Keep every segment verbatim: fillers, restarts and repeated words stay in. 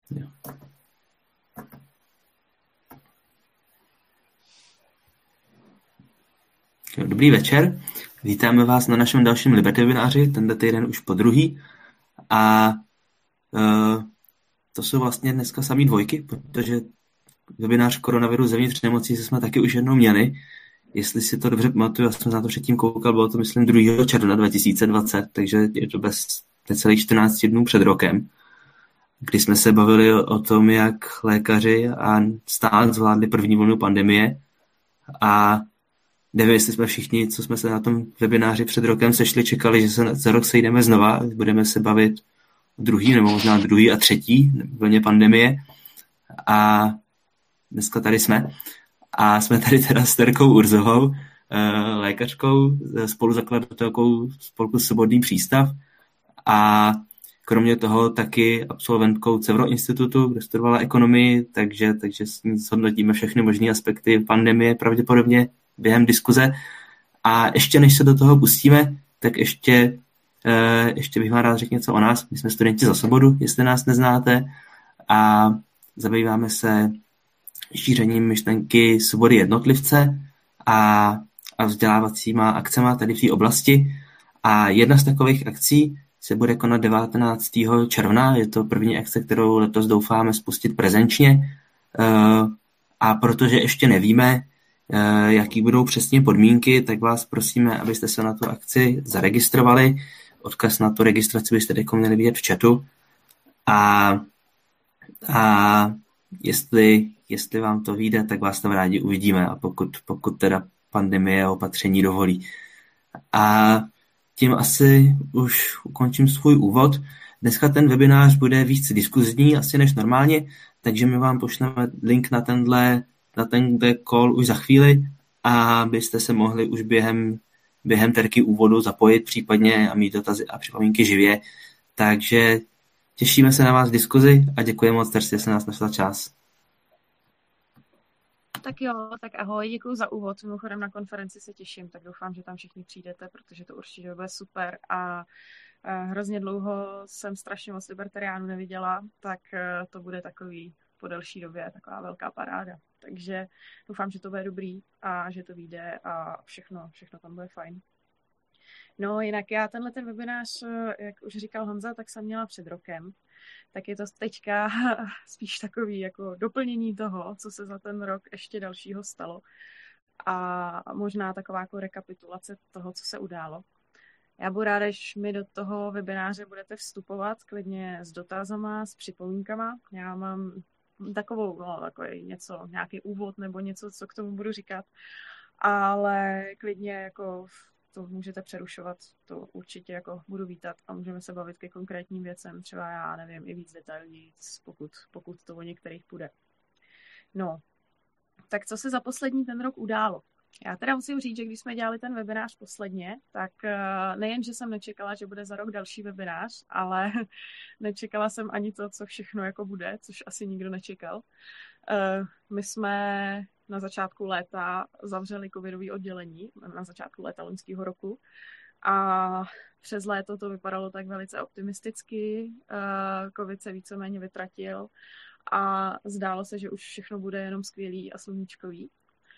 Jo. Dobrý večer, vítáme vás na našem dalším Liberty webináři, tenhle týden už po druhý. A uh, to jsou vlastně dneska samý dvojky, protože webinář koronaviru zevnitř nemocí jsme taky už jednou měli. Jestli si to dobře pamatuju, já jsem na to předtím koukal, bylo to myslím druhého června dva tisíce dvacet, takže je to bez necelých čtrnáct dnů před rokem, kdy jsme se bavili o, o tom, jak lékaři a stát zvládli první vlnu pandemie. A nevím, jestli jsme všichni, co jsme se na tom webináři před rokem sešli, čekali, že se za rok sejdeme znova, budeme se bavit o druhý, nebo možná druhý a třetí vlně pandemie. A dneska tady jsme. A jsme tady teda s Terkou Urzovou, lékařkou, spoluzakladatelkou spolku Svobodný přístav a kromě toho taky absolventkou Cevro institutu, kde studovala ekonomii, takže, takže s ní zhodnotíme všechny možné aspekty pandemie pravděpodobně během diskuze. A ještě než se do toho pustíme, tak ještě, ještě bych vám rád řekl něco o nás. My jsme studenti Za svobodu, jestli nás neznáte, a zabýváme se šířením myšlenky svobody jednotlivce a, a vzdělávacíma akcema tady v té oblasti. A jedna z takových akcí se bude konat devatenáctého června. Je to první akce, kterou letos doufáme spustit prezenčně. A protože ještě nevíme, jaký budou přesně podmínky, tak vás prosíme, abyste se na tu akci zaregistrovali. Odkaz na tu registraci byste teď měli vidět v chatu. A, a jestli, jestli vám to vyjde, tak vás tam rádi uvidíme. A pokud, pokud teda pandemie a opatření dovolí. A tím asi už ukončím svůj úvod. Dneska ten webinář bude víc diskuzní asi než normálně, takže my vám pošleme link na tenhle, na tenhle call už za chvíli, abyste se mohli už během, během Terky úvodu zapojit případně a mít dotazy a připomínky živě. Takže těšíme se na vás v diskuzi a děkujeme moc, že se nás našla čas. Tak jo, tak ahoj, děkuji za úvod. Mimochodem na konferenci se těším, tak doufám, že tam všichni přijdete, protože to určitě bude super a hrozně dlouho jsem strašně moc libertariánů neviděla, tak to bude takový po delší době taková velká paráda. Takže doufám, že to bude dobrý a že to vyjde a všechno, všechno tam bude fajn. No jinak já tenhle ten webinář, jak už říkal Honza, tak jsem měla před rokem. Tak je to teďka spíš takový jako doplnění toho, co se za ten rok ještě dalšího stalo. A možná taková jako rekapitulace toho, co se událo. Já budu ráda, když mi do toho webináře budete vstupovat klidně s dotazama, s připomínkama. Já mám takovou, no, takový něco, nějaký úvod nebo něco, co k tomu budu říkat. Ale klidně jako to můžete přerušovat, to určitě jako budu vítat a můžeme se bavit ke konkrétním věcem, třeba já nevím, i víc detailní, pokud, pokud to o některých půjde. No, tak co se za poslední ten rok událo? Já teda musím říct, že když jsme dělali ten webinář posledně, tak nejen, že jsem nečekala, že bude za rok další webinář, ale nečekala jsem ani to, co všechno jako bude, což asi nikdo nečekal. My jsme na začátku léta zavřeli covidové oddělení, na začátku léta loňského roku. A přes léto to vypadalo tak velice optimisticky. Covid se víceméně vytratil a zdálo se, že už všechno bude jenom skvělý a sluníčkový.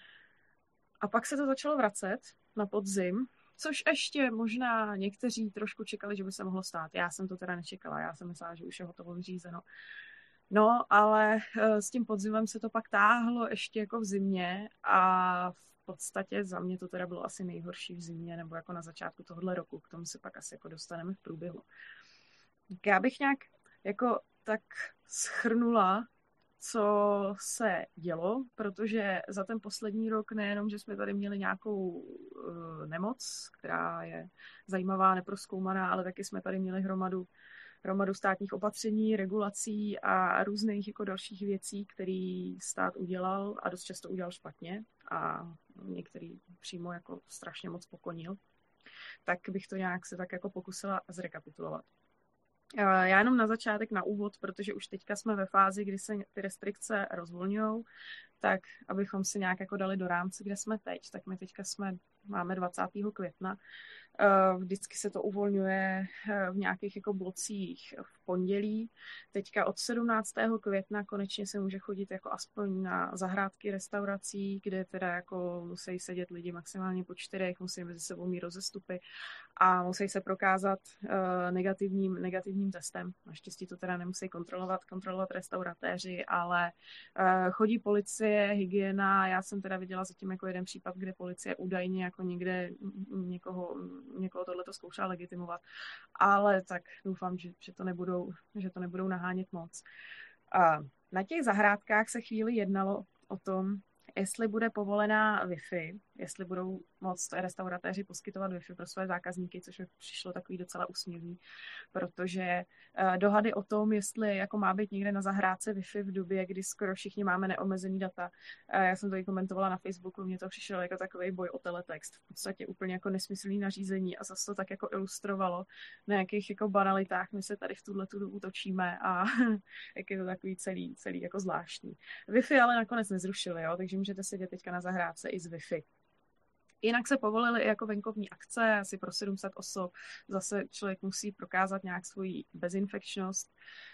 A pak se to začalo vracet na podzim, což ještě možná někteří trošku čekali, že by se mohlo stát. Já jsem to teda nečekala, já jsem myslela, že už je hotovo vyřízeno. No, ale s tím podzimem se to pak táhlo ještě jako v zimě a v podstatě za mě to teda bylo asi nejhorší v zimě nebo jako na začátku tohohle roku. K tomu se pak asi jako dostaneme v průběhu. Já bych nějak jako tak shrnula, co se dělo, protože za ten poslední rok nejenom, že jsme tady měli nějakou uh, nemoc, která je zajímavá, neprozkoumaná, ale taky jsme tady měli hromadu hromadu státních opatření, regulací a různých jako dalších věcí, které stát udělal a dost často udělal špatně a některý přímo jako strašně moc pokonil. Tak bych to nějak se tak jako pokusila zrekapitulovat. Já jenom na začátek, na úvod, protože už teďka jsme ve fázi, kdy se ty restrikce rozvolňují, tak abychom si nějak jako dali do rámce, kde jsme teď, tak my teďka jsme, máme dvacátého května, Vždycky se to uvolňuje v nějakých jako blocích v pondělí. Teďka od sedmnáctého května konečně se může chodit jako aspoň na zahrádky restaurací, kde teda jako musí sedět lidi maximálně po čtyřech, musí mezi sebou mít rozestupy a musí se prokázat negativním, negativním testem. Naštěstí to teda nemusí kontrolovat, kontrolovat restauratéři, ale chodí policie, hygiena. Já jsem teda viděla zatím jako jeden případ, kde policie údajně jako někde někoho, někoho tohleto zkoušela legitimovat, ale tak doufám, že, že, to nebudou, že to nebudou nahánět moc. A na těch zahrádkách se chvíli jednalo o tom, jestli bude povolená Wi-Fi, jestli budou moct restauratéři poskytovat Wi-Fi pro své zákazníky, což mi přišlo takový docela úsměvný, protože dohady o tom, jestli jako má být někde na zahrádce Wi-Fi v době, kdy skoro všichni máme neomezený data. Já jsem to i komentovala na Facebooku, mně to přišlo jako takový boj o teletext, v podstatě úplně jako nesmyslný nařízení a zase to tak jako ilustrovalo, na jakých jako banalitách my se tady v tuhle tu dobu točíme a jak je to takový celý, celý jako zvláštní. Wi-Fi ale nakonec nezrušili, jo, takže můžete sedět teďka na zahrádce i z Wi-Fi. Jinak se povolily i jako venkovní akce, asi pro sedm set osob. Zase člověk musí prokázat nějak svoji bezinfekčnost.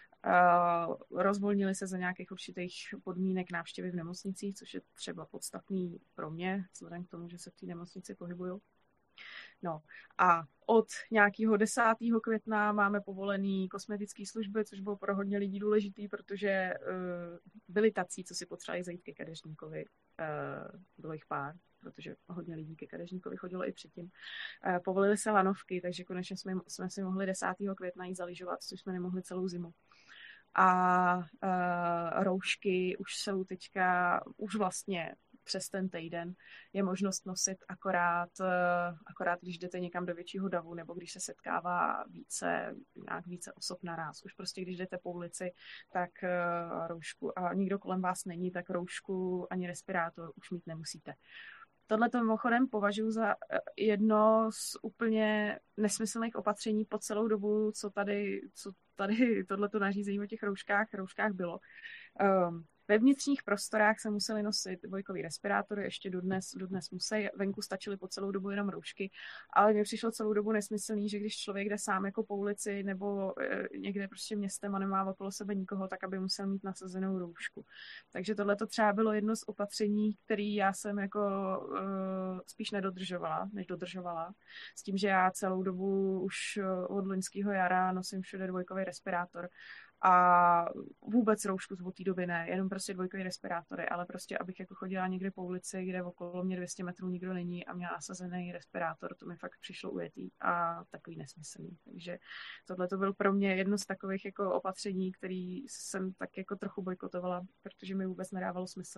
Uh, rozvolnili se za nějakých určitých podmínek návštěvy v nemocnicích, což je třeba podstatný pro mě, vzhledem k tomu, že se v té nemocnici pohybuju. No a od nějakého desátého května máme povolený kosmetické služby, což bylo pro hodně lidí důležitý, protože uh, byli tací, co si potřebovali zajít ke kadeřníkovi. Uh, bylo jich pár, protože hodně lidí ke kadeřníkovi chodilo i předtím. Uh, povolili se lanovky, takže konečně jsme, jsme si mohli desátého května jít zalyžovat, což jsme nemohli celou zimu. A uh, roušky už jsou teďka, už vlastně přes ten týden je možnost nosit akorát, akorát když jdete někam do většího davu nebo když se setkává více, nějak více osob naraz. Už prostě když jdete po ulici, tak roušku a nikdo kolem vás není, tak roušku ani respirátor už mít nemusíte. Tohleto mimochodem považuji za jedno z úplně nesmyslných opatření po celou dobu, co tady, co tady tohleto nařízení o těch rouškách, rouškách bylo. Um, Ve vnitřních prostorách se museli nosit dvojkový respirátory, ještě dodnes, dodnes musí, venku stačily po celou dobu jenom roušky, ale mně přišlo celou dobu nesmyslný, že když člověk jde sám jako po ulici nebo e, někde prostě městem a nemá okolo sebe nikoho, tak aby musel mít nasazenou roušku. Takže tohle to třeba bylo jedno z opatření, který já jsem jako e, spíš nedodržovala, než dodržovala, s tím, že já celou dobu už od loňského jara nosím všude dvojkový respirátor. A vůbec roušku od té doby ne, jenom prostě dvojkový respirátory, ale prostě abych jako chodila někde po ulici, kde okolo mě dvě stě metrů nikdo není a měla nasazený respirátor, to mi fakt přišlo ujetý a takový nesmyslný. Takže tohle to byl pro mě jedno z takových jako opatření, který jsem tak jako trochu bojkotovala, protože mi vůbec nedávalo smysl.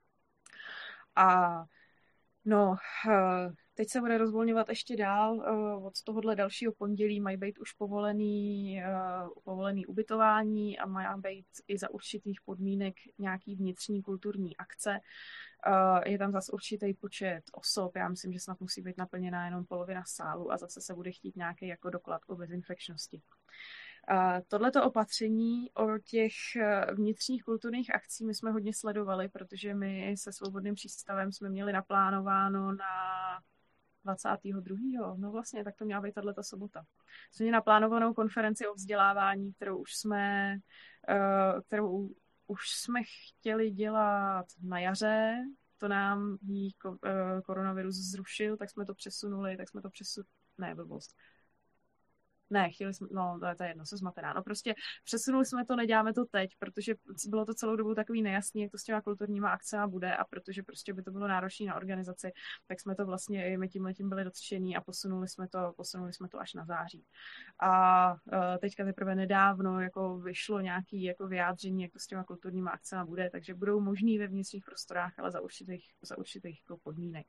A no, teď se bude rozvolňovat ještě dál. Od tohohle dalšího pondělí mají být už povolený, povolený ubytování a mají být i za určitých podmínek nějaký vnitřní kulturní akce. Je tam zase určitý počet osob. Já myslím, že snad musí být naplněná jenom polovina sálu a zase se bude chtít nějaký jako doklad o bezinfekčnosti. Tohleto opatření o těch vnitřních kulturních akcí my jsme hodně sledovali, protože my se Svobodným přístavem jsme měli naplánováno na dvacátého druhého No vlastně, tak to měla být tato sobota. Jsme měli naplánovanou konferenci o vzdělávání, kterou už jsme, kterou už jsme chtěli dělat na jaře. To nám jí koronavirus zrušil, tak jsme to přesunuli, tak jsme to přesunuli, ne, blbost. Ne, chtěli jsme, no to je, to je jedno, se zmatená. No prostě přesunuli jsme to, neděláme to teď, protože bylo to celou dobu takový nejasný, jak to s těma kulturníma akcemi bude a protože prostě by to bylo náročné na organizaci, tak jsme to vlastně i my tímhletím byli dotčení a posunuli jsme to, posunuli jsme to až na září. A uh, teďka teprve nedávno jako vyšlo nějaké jako vyjádření, jak to s těma kulturníma akcemi bude, takže budou možný ve vnitřních prostorách, ale za určitých, za určitých jako podmínek.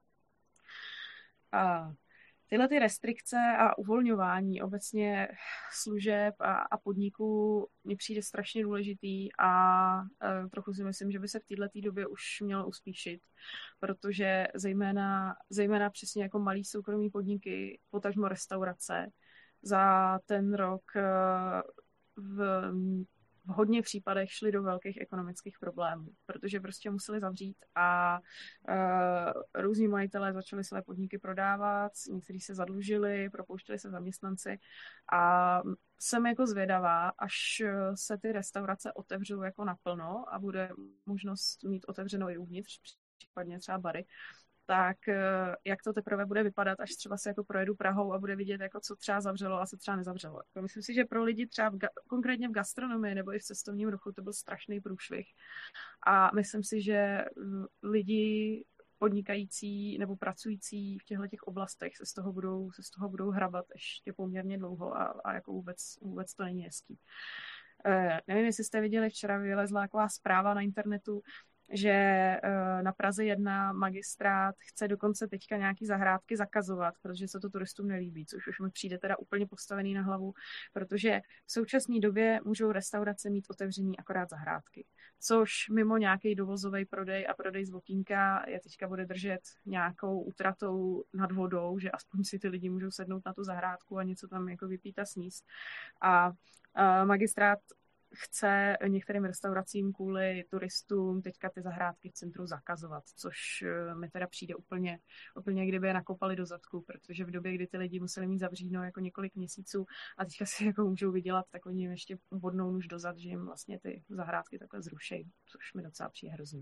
A tyhle ty restrikce a uvolňování obecně služeb a, a podniků mi přijde strašně důležitý a e, trochu si myslím, že by se v této době už mělo uspíšit, protože zejména, zejména přesně jako malý soukromý podniky, potažmo restaurace, za ten rok e, v v hodně případech šli do velkých ekonomických problémů, protože prostě museli zavřít a uh, různí majitelé začali své podniky prodávat, někteří se zadlužili, propouštěli se zaměstnanci a jsem jako zvědavá, až se ty restaurace otevřou jako naplno a bude možnost mít otevřeno i uvnitř, případně třeba bary, tak jak to teprve bude vypadat, až třeba se jako projedu Prahou a bude vidět, jako co třeba zavřelo a co třeba nezavřelo. Myslím si, že pro lidi třeba v ga- konkrétně v gastronomii nebo i v cestovním ruchu to byl strašný průšvih. A myslím si, že lidi podnikající nebo pracující v těchto těch oblastech se z toho budou, se z toho budou hrabat ještě poměrně dlouho a, a jako vůbec, vůbec to není hezký. E, nevím, jestli jste viděli, včera vylezla taková zpráva na internetu, že na Praze jedna magistrát chce dokonce teďka nějaký zahrádky zakazovat, protože se to turistům nelíbí, což už mi přijde teda úplně postavený na hlavu, protože v současné době můžou restaurace mít otevřený akorát zahrádky, což mimo nějaký dovozový prodej a prodej z okýnka je teďka bude držet nějakou útratou nad vodou, že aspoň si ty lidi můžou sednout na tu zahrádku a něco tam jako vypít a sníst. A, a magistrát chce některým restauracím kvůli turistům teďka ty zahrádky v centru zakazovat, což mi teda přijde úplně, úplně kdyby je nakopali do zadku, protože v době, kdy ty lidi museli mít zavříno jako několik měsíců a teďka si jako můžou vydělat, tak oni jim ještě bodnou nůž do zad, že jim vlastně ty zahrádky takhle zrušejí, což mi docela přijde hrozný.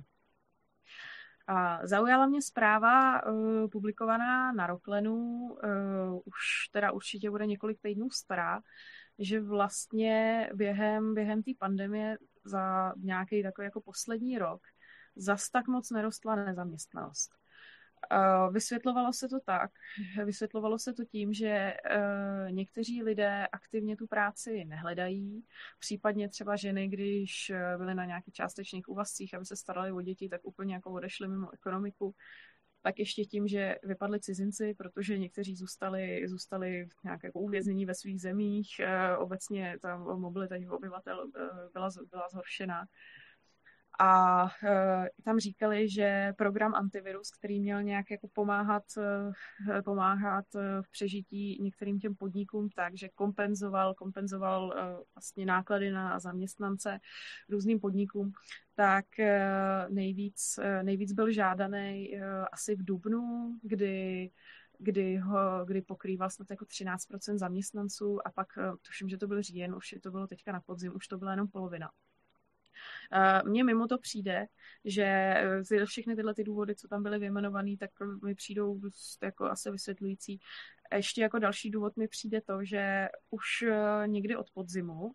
A zaujala mě zpráva uh, publikovaná na Rocklenu, uh, už teda určitě bude několik týdnů stará, že vlastně během, během té pandemie za nějaký takový jako poslední rok zas tak moc nerostla nezaměstnanost. Vysvětlovalo se to tak, vysvětlovalo se to tím, že někteří lidé aktivně tu práci nehledají, případně třeba ženy, když byly na nějakých částečných úvazcích, aby se starali o děti, tak úplně jako odešly mimo ekonomiku. Tak ještě tím, že vypadli cizinci, protože někteří zůstali, zůstali nějak jako uvěznění ve svých zemích. Obecně ta mobilita těch obyvatel byla, byla zhoršená. A e, tam říkali, že program antivirus, který měl nějak jako pomáhat, e, pomáhat v přežití některým těm podnikům tak, že kompenzoval, kompenzoval e, vlastně náklady na zaměstnance různým podnikům, tak e, nejvíc, e, nejvíc byl žádaný e, asi v dubnu, kdy kdy, ho, kdy pokrýval snad jako třináct procent zaměstnanců a pak tuším, že to byl říjen, už to bylo teďka na podzim, už to byla jenom polovina. Mně mimo to přijde, že všechny tyhle ty důvody, co tam byly vyjmenované, tak mi přijdou jako asi vysvětlující. Ještě jako další důvod mi přijde to, že už někdy od podzimu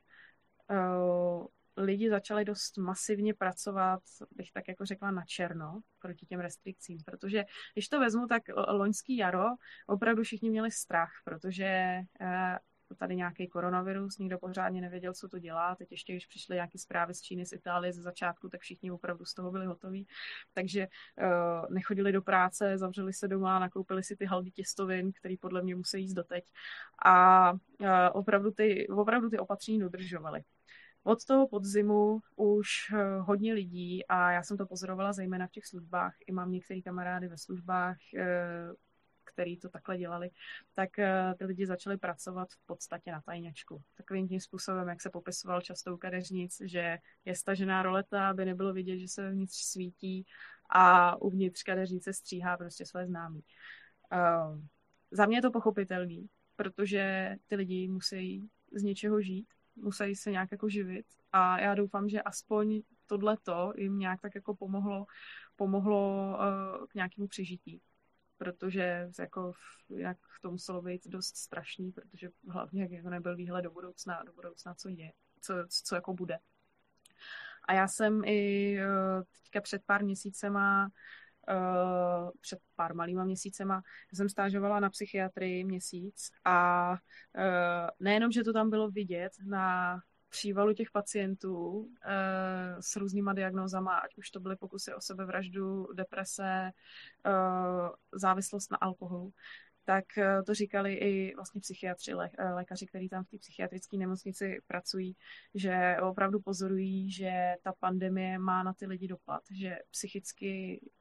lidi začali dost masivně pracovat, bych tak jako řekla, na černo proti těm restrikcím, protože když to vezmu, tak loňský jaro opravdu všichni měli strach, protože tady nějaký koronavirus, nikdo pořádně nevěděl, co to dělá. Teď ještě, když přišly nějaké zprávy z Číny, z Itálie ze začátku, tak všichni opravdu z toho byli hotoví. Takže uh, nechodili do práce, zavřeli se doma, nakoupili si ty haldy těstovin, které podle mě musí jíst doteď. A uh, opravdu, ty, opravdu ty opatření dodržovali. Od toho podzimu už uh, hodně lidí, a já jsem to pozorovala zejména v těch službách, i mám některé kamarády ve službách, uh, který to takhle dělali, tak ty lidi začali pracovat v podstatě na tajňačku. Takovým tím způsobem, jak se popisoval často u kadeřnic, že je stažená roleta, aby nebylo vidět, že se vnitř svítí a uvnitř kadeřnice stříhá prostě své známí. Uh, za mě je to pochopitelný, protože ty lidi musí z něčeho žít, musí se nějak jako živit a já doufám, že aspoň tohleto jim nějak tak jako pomohlo, pomohlo uh, k nějakému přežití. Protože jako jak to muselo být dost strašný, protože hlavně jako nebyl výhled do budoucna, do budoucna, co je, co, co jako bude. A já jsem i teďka před pár měsícema, před pár malýma měsícema, jsem stážovala na psychiatrii měsíc a nejenom, že to tam bylo vidět na přívalu těch pacientů e, s různýma diagnózama, ať už to byly pokusy o sebevraždu, deprese, e, závislost na alkoholu, tak e, to říkali i vlastně psychiatři, lé, lékaři, kteří tam v té psychiatrické nemocnici pracují, že opravdu pozorují, že ta pandemie má na ty lidi dopad, že psychicky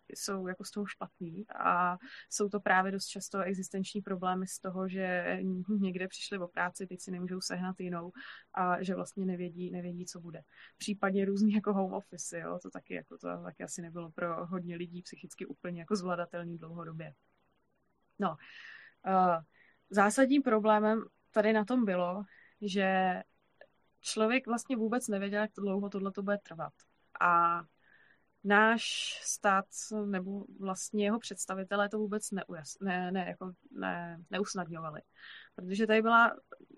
jsou jako z toho špatný a jsou to právě dost často existenční problémy z toho, že někde přišli o práci, teď si nemůžou sehnat jinou a že vlastně nevědí, nevědí, co bude. Případně různý jako home office, jo, to taky, jako to taky asi nebylo pro hodně lidí psychicky úplně jako zvladatelný dlouhodobě. No, uh, zásadním problémem tady na tom bylo, že člověk vlastně vůbec nevěděl, jak to dlouho tohle to bude trvat. A náš stát nebo vlastně jeho představitelé to vůbec neujas, ne, ne, jako ne, neusnadňovali. Protože tady byla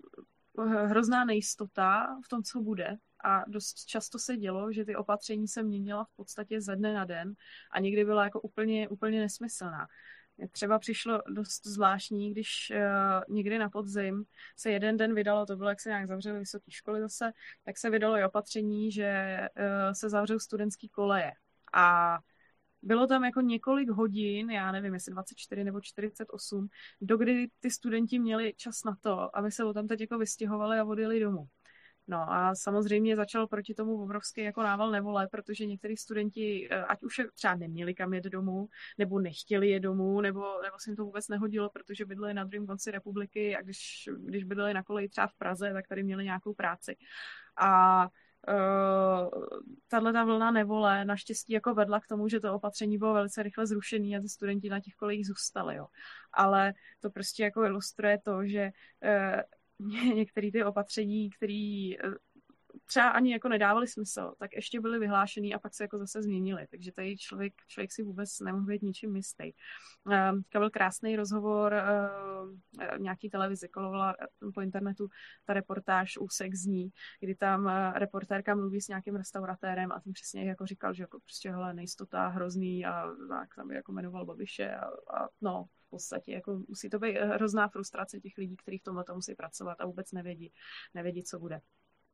hrozná nejistota v tom, co bude. A dost často se dělo, že ty opatření se měnila v podstatě ze dne na den a někdy byla jako úplně, úplně nesmyslná. Třeba přišlo dost zvláštní, když uh, někdy na podzim se jeden den vydalo, to bylo, jak se nějak zavřely vysoké školy zase, tak se vydalo i opatření, že uh, se zavřou studentský koleje. A bylo tam jako několik hodin, já nevím, jestli dvacet čtyři nebo čtyřicet osm, dokdy ty studenti měli čas na to, aby se tam teď jako vystěhovali a odjeli domů. No a samozřejmě začal proti tomu obrovský jako nával nevole, protože některý studenti, ať už třeba neměli kam jet domů, nebo nechtěli jet domů, nebo, nebo se jim to vůbec nehodilo, protože bydleli na druhém konci republiky a když, když bydleli na koleji třeba v Praze, tak tady měli nějakou práci. A Uh, tato vlna nevole naštěstí jako vedla k tomu, že to opatření bylo velice rychle zrušené a ty studenti na těch kolejích zůstali, jo. Ale to prostě jako ilustruje to, že uh, některé ty opatření, které uh, třeba ani jako nedávaly smysl, tak ještě byly vyhlášený a pak se jako zase změnily. Takže tady člověk, člověk si vůbec nemohl být ničím jistý. To byl krásný rozhovor, nějaký televizi kolovala po internetu ta reportáž Úsek z ní, kdy tam reportérka mluví s nějakým restauratérem a tím přesně jako říkal, že jako prostě hele, nejistota, hrozný a tak tam jako jmenoval Babiše a, a no, v podstatě jako musí to být hrozná frustrace těch lidí, kteří v tomhle musí pracovat a vůbec nevědí, nevědí, co bude.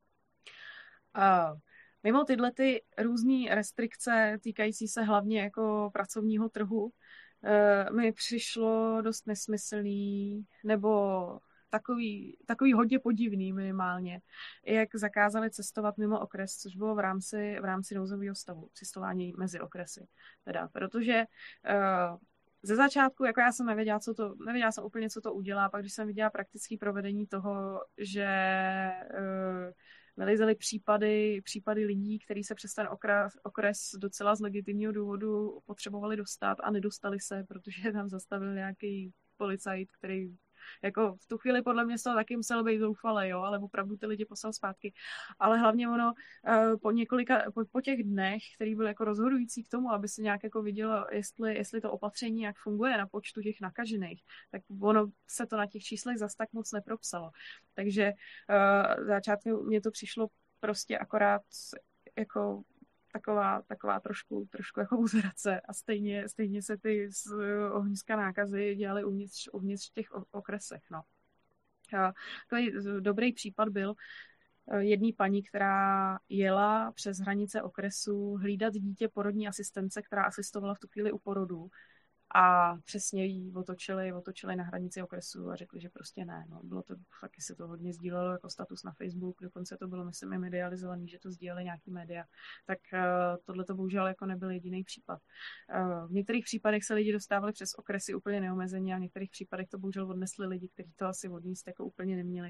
Uh, mimo tyhle ty různé restrikce týkající se hlavně jako pracovního trhu uh, mi přišlo dost nesmyslný nebo takový, takový hodně podivný minimálně, jak zakázali cestovat mimo okres, což bylo v rámci, v rámci nouzového stavu, cestování mezi okresy. Teda, protože uh, ze začátku, jako já jsem nevěděla, co to, nevěděla jsem úplně, co to udělá, pak když jsem viděla praktické provedení toho, že uh, vylezely případy, případy lidí, kteří se přes ten okres, okres docela z legitimního důvodu potřebovali dostat a nedostali se, protože tam zastavil nějaký policajt, který jako v tu chvíli podle mě z toho taky musel být zoufalý, jo, ale opravdu ty lidi poslal zpátky. Ale hlavně ono po několika, po, po těch dnech, který byl jako rozhodující k tomu, aby se nějak jako vidělo, jestli, jestli to opatření jak funguje na počtu těch nakažených, tak ono se to na těch číslech zas tak moc nepropsalo. Takže uh, začátku mě to přišlo prostě akorát jako taková, taková trošku, trošku jako buzerace a stejně, stejně se ty z ohniska nákazy dělaly uvnitř, uvnitř těch okresech, no. A takový dobrý případ byl jedný paní, která jela přes hranice okresu hlídat dítě porodní asistence, která asistovala v tu chvíli u porodu. A přesně jí otočili, otočili na hranici okresu a řekli, že prostě ne. No, bylo to, taky se to hodně sdílelo jako status na Facebook, dokonce to bylo, myslím, i medializovaný, že to sdíleli nějaký média. Tak uh, tohle to bohužel jako nebyl jediný případ. Uh, v některých případech se lidi dostávali přes okresy úplně neomezeně a v některých případech to bohužel odnesli lidi, kteří to asi odníst jako úplně neměli.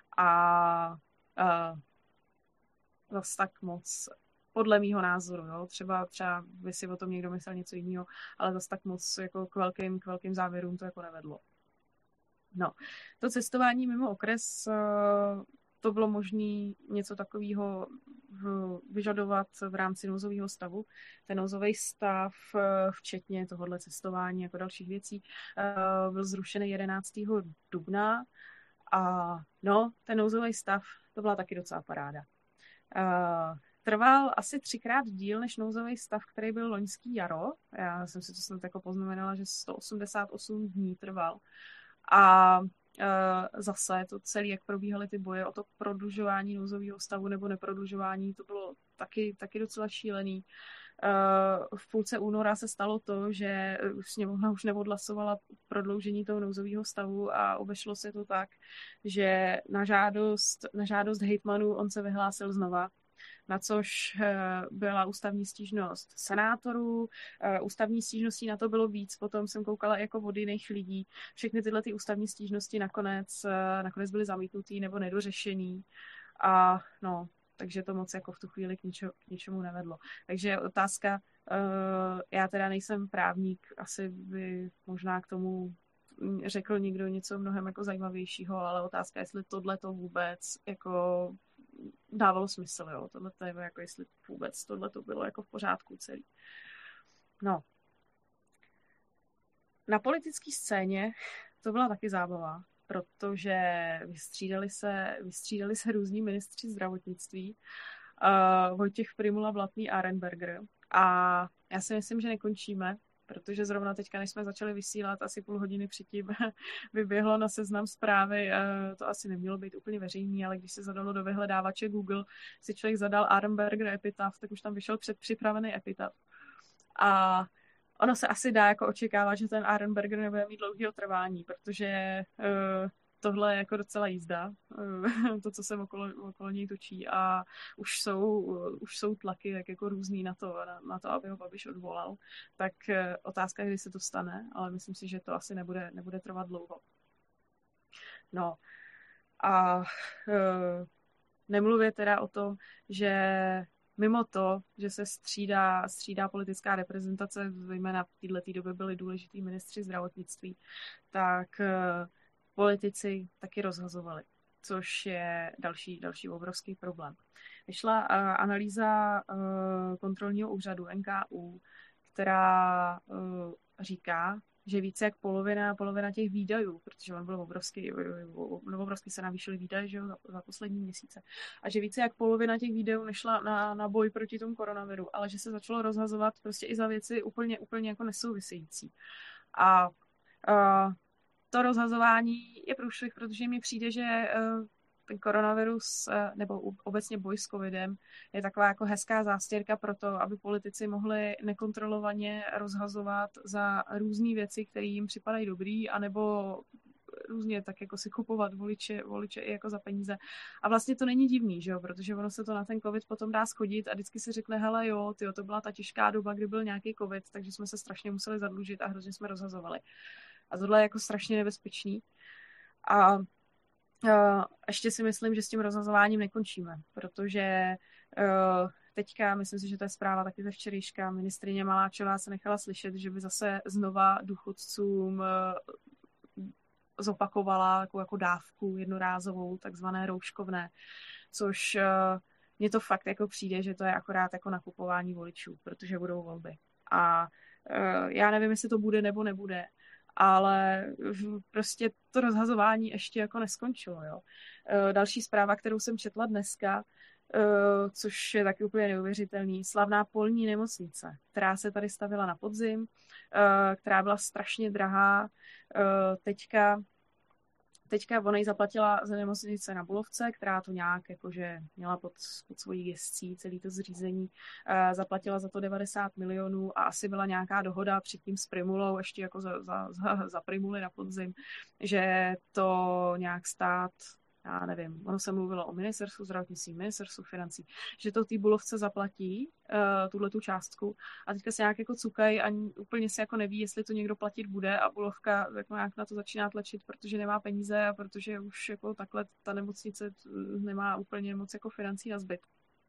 A uh, zase tak moc podle mýho názoru, jo. Třeba, třeba by si o tom někdo myslel něco jiného, ale zase tak moc jako k velkým, k velkým závěrům to jako nevedlo. No, to cestování mimo okres, to bylo možné něco takového vyžadovat v rámci nouzového stavu. Ten nouzový stav, včetně tohohle cestování jako dalších věcí, byl zrušený jedenáctého dubna a no, ten nouzový stav, to byla taky docela paráda. Trval asi třikrát díl než nouzový stav, který byl loňský jaro. Já jsem si to snad jako poznamenala, že sto osmdesát osm dní trval. A e, zase to celé, jak probíhaly ty boje o to prodlužování nouzového stavu nebo neprodlužování, to bylo taky, taky docela šílený. E, v půlce února se stalo to, že sněmovna už neodhlasovala prodloužení toho nouzového stavu a obešlo se to tak, že na žádost, na žádost hejtmanů on se vyhlásil znova. na což byla ústavní stížnost senátorů, ústavní stížností na to bylo víc, potom jsem koukala jako od jiných lidí. Všechny tyhle ty ústavní stížnosti nakonec, nakonec byly zamítnutý nebo nedořešený a no, takže to moc jako v tu chvíli k, ničo, k ničemu nevedlo. Takže otázka, já teda nejsem právník, asi by možná k tomu řekl někdo něco mnohem jako zajímavějšího, ale otázka, jestli tohle to vůbec jako dávalo smysl, jo. Tohle to je jako, jestli vůbec tohle to bylo jako v pořádku celý. No. Na politické scéně to byla taky zábava, protože vystřídali se, vystřídali se různí ministři zdravotnictví, uh, Vojtěch Prymula, Blatný, Arenberger. A já si myslím, že nekončíme, protože zrovna teďka, než jsme začali vysílat, asi půl hodiny předtím vyběhlo na Seznam Zprávy, to asi nemělo být úplně veřejný, ale když se zadalo do vyhledávače Google, si člověk zadal Arenberger epitaf, tak už tam vyšel předpřipravený epitaf. A ono se asi dá jako očekávat, že ten Arenberger nebude mít dlouhého trvání, protože uh, tohle je jako docela jízda, uh, to, co se okolo, okolo něj točí a už jsou, uh, už jsou tlaky tak jako různý na to, na, na to, aby ho Babiš odvolal. Tak uh, otázka je, kdy se to stane, ale myslím si, že to asi nebude, nebude trvat dlouho. No a uh, nemluvě teda o tom, že mimo to, že se střídá, střídá politická reprezentace, zejména v této době byli důležitý ministři zdravotnictví, tak uh, politici taky rozhazovali, což je další, další obrovský problém. Vyšla uh, analýza uh, kontrolního úřadu N K U, která uh, říká, že více jak polovina, polovina těch výdajů, protože on byl obrovský, obrovský se navýšily výdaje, že jo, za, za poslední měsíce, a že více jak polovina těch výdajů nešla na, na boj proti tomu koronaviru, ale že se začalo rozhazovat prostě i za věci úplně, úplně jako nesouvisející. A uh, to rozhazování je průšvih, protože mi přijde, že uh, ten koronavirus nebo obecně boj s covidem je taková jako hezká zástěrka pro to, aby politici mohli nekontrolovaně rozhazovat za různé věci, které jim připadají dobrý, anebo různě tak jako si kupovat voliče, voliče i jako za peníze. A vlastně to není divný, že jo, protože ono se to na ten covid potom dá schodit a vždycky si řekne, hele jo, tyjo, to byla ta těžká doba, kdy byl nějaký covid, takže jsme se strašně museli zadlužit a hrozně jsme rozhazovali. A tohle je jako strašně nebezpečný. A Uh, ještě si myslím, že s tím rozhazováním nekončíme, protože uh, teďka, myslím si, že to je zpráva taky ze včerejška, ministryně Maláčová se nechala slyšet, že by zase znova důchodcům uh, zopakovala jako, jako dávku jednorázovou, takzvané rouškovné, což uh, mně to fakt jako přijde, že to je akorát jako nakupování voličů, protože budou volby. A uh, já nevím, jestli to bude nebo nebude, ale prostě to rozhazování ještě jako neskončilo, jo. Další zpráva, kterou jsem četla dneska, což je taky úplně neuvěřitelný, slavná polní nemocnice, která se tady stavila na podzim, která byla strašně drahá, teďka Teďka ona ji zaplatila za nemocnice na Bulovce, která to nějak jakože měla pod, pod svojí gescí celý to zřízení. E, zaplatila za to devadesát milionů a asi byla nějaká dohoda předtím s Primulou, ještě jako za, za, za, za Primuli na podzim, že to nějak stát, já nevím, ono se mluvilo o ministerstvu zdravotnictví, ministerstvu financí, že to té Bulovce zaplatí uh, tuhle tu částku a teďka se nějak jako cukají a úplně se jako neví, jestli to někdo platit bude a Bulovka jako nějak na to začíná tlačit, protože nemá peníze a protože už jako takhle ta nemocnice nemá úplně moc jako financí na zbyt.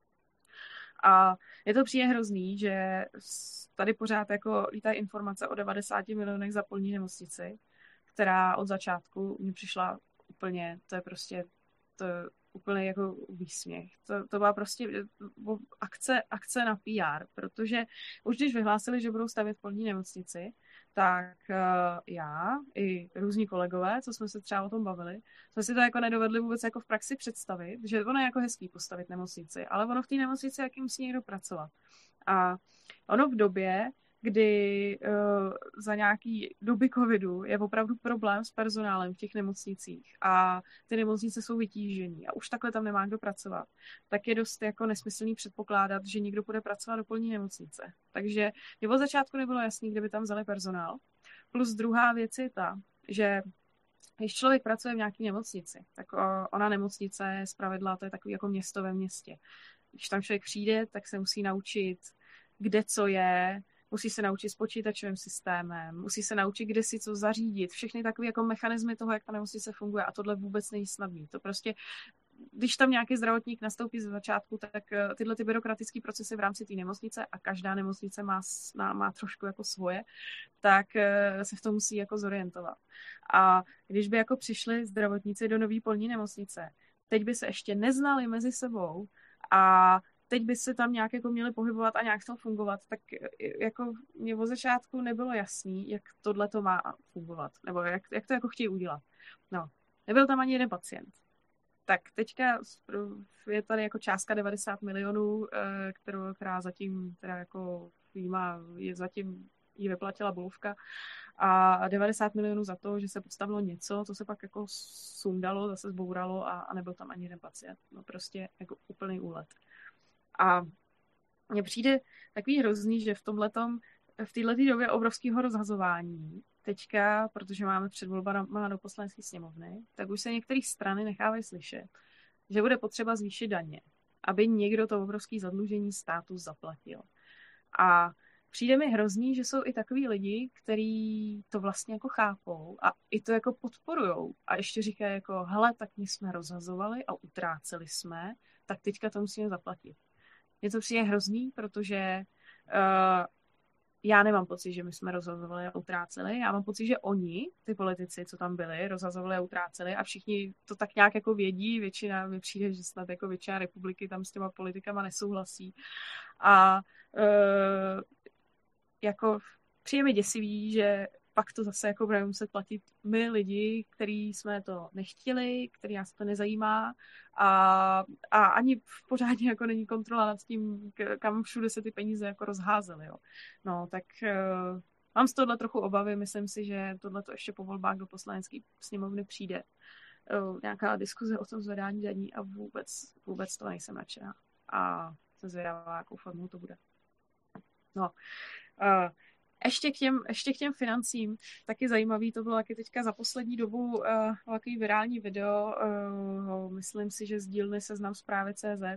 A je to přijde hrozný, že tady pořád jako lítají informace o devadesáti milionech za polní nemocnici, která od začátku mi přišla úplně, to je prostě to je úplně jako výsměch. To, to byla prostě akce, akce na P R, protože už když vyhlásili, že budou stavět polní nemocnici, tak uh, já i různí kolegové, co jsme se třeba o tom bavili, jsme si to jako nedovedli vůbec jako v praxi představit, že ono je jako hezký postavit nemocnici, ale ono v té nemocnici jaký musí někdo pracovat. A ono v době, kdy uh, za nějaký doby covidu je opravdu problém s personálem v těch nemocnicích a ty nemocnice jsou vytížený a už takhle tam nemá kdo pracovat, tak je dost jako nesmyslný předpokládat, že někdo bude pracovat do polní nemocnice. Takže mě od začátku nebylo jasný, kde by tam vzali personál. Plus druhá věc je ta, že když člověk pracuje v nějaké nemocnici, tak ona nemocnice je zpravidla, to je takový jako město ve městě. když tam člověk přijde, tak se musí naučit, kde co je, musí se naučit s počítačovým systémem, musí se naučit, kde si co zařídit, všechny takové jako mechanismy toho, jak ta nemocnice funguje a tohle vůbec není snadný. To prostě, když tam nějaký zdravotník nastoupí ze začátku, tak tyhle ty byrokratické procesy v rámci té nemocnice a každá nemocnice má, má trošku jako svoje, tak se v tom musí jako zorientovat. A když by jako přišli zdravotníci do nový polní nemocnice, teď by se ještě neznali mezi sebou a teď by se tam nějak jako měli pohybovat a nějak to fungovat, tak jako mě od začátku nebylo jasný, jak tohle to má fungovat, nebo jak, jak to jako chtějí udělat. No, nebyl tam ani jeden pacient. Tak teďka je tady jako částka devadesát milionů, kterou, která zatím teda jako výjima, je zatím jí vyplatila Bulovka a devadesát milionů za to, že se postavilo něco, co se pak jako sundalo, zase zbouralo a, a nebyl tam ani jeden pacient. No prostě jako úplný úlet. A mně přijde takový hrozný, že v tomhletom, v této době obrovského rozhazování, teďka, protože máme před volbama do poslanecké sněmovny, tak už se některé strany nechávají slyšet, že bude potřeba zvýšit daně, aby někdo to obrovské zadlužení státu zaplatil. A přijde mi hrozný, že jsou i takový lidi, kteří to vlastně jako chápou a i to jako podporujou a ještě říkají jako, hele, tak my jsme rozhazovali a utráceli jsme, tak teďka to musíme zaplatit. Mně to přijde hrozný, protože uh, já nemám pocit, že my jsme rozhazovali a utráceli. Já mám pocit, že oni, ty politici, co tam byli, rozhazovali a utráceli a všichni to tak nějak jako vědí. Většina, mi přijde, že snad jako většina republiky tam s těma politikama nesouhlasí. A uh, jako přijde mi děsivý, že pak to zase jako budeme muset platit my lidi, který jsme to nechtěli, který nás to nezajímá a, a ani v pořádně jako není kontrola nad tím, kam všude se ty peníze jako rozházely. Jo. No, tak uh, mám z tohle trochu obavy, myslím si, že tohle to ještě po volbách do poslanecké sněmovny přijde. Uh, nějaká diskuze o tom zvedání daní a vůbec, vůbec to nejsem nadšená. A jsem zvědavá, jakou formou to bude. No, uh, Ještě k, těm, ještě k těm financím, taky zajímavý, to bylo taky teďka za poslední dobu uh, takový virální video, uh, myslím si, že z dílny Seznam Zprávy tečka cé zet.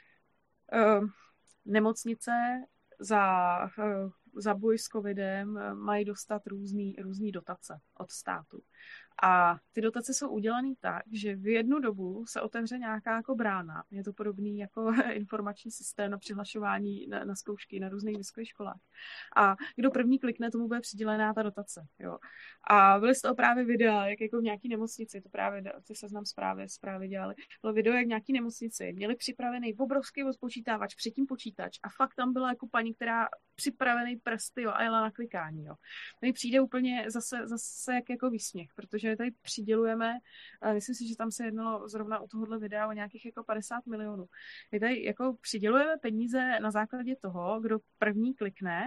Uh, nemocnice za, uh, za boj s covidem mají dostat různý, různý dotace od státu. A ty dotace jsou udělané tak, že v jednu dobu se otevře nějaká jako brána. Je to podobný jako informační systém na přihlašování na, na zkoušky na různých vysokých školách. A kdo první klikne, tomu bude přidělená ta dotace. Jo. A byly z toho právě videa, jak jako v nějaký nemocnici, to právě ty Seznam Zprávy, zprávy dělali, bylo video, jak v nějaký nemocnici měli připravený obrovský odpočítávač, předtím počítač a fakt tam byla jako paní, která připravený prsty, jo, a jela na klikání. Jo. Tady přijde úplně zase, zase jak jako výsměch, protože tady přidělujeme, myslím si, že tam se jednalo zrovna u tohohle videa o nějakých jako padesát milionů. My tady jako přidělujeme peníze na základě toho, kdo první klikne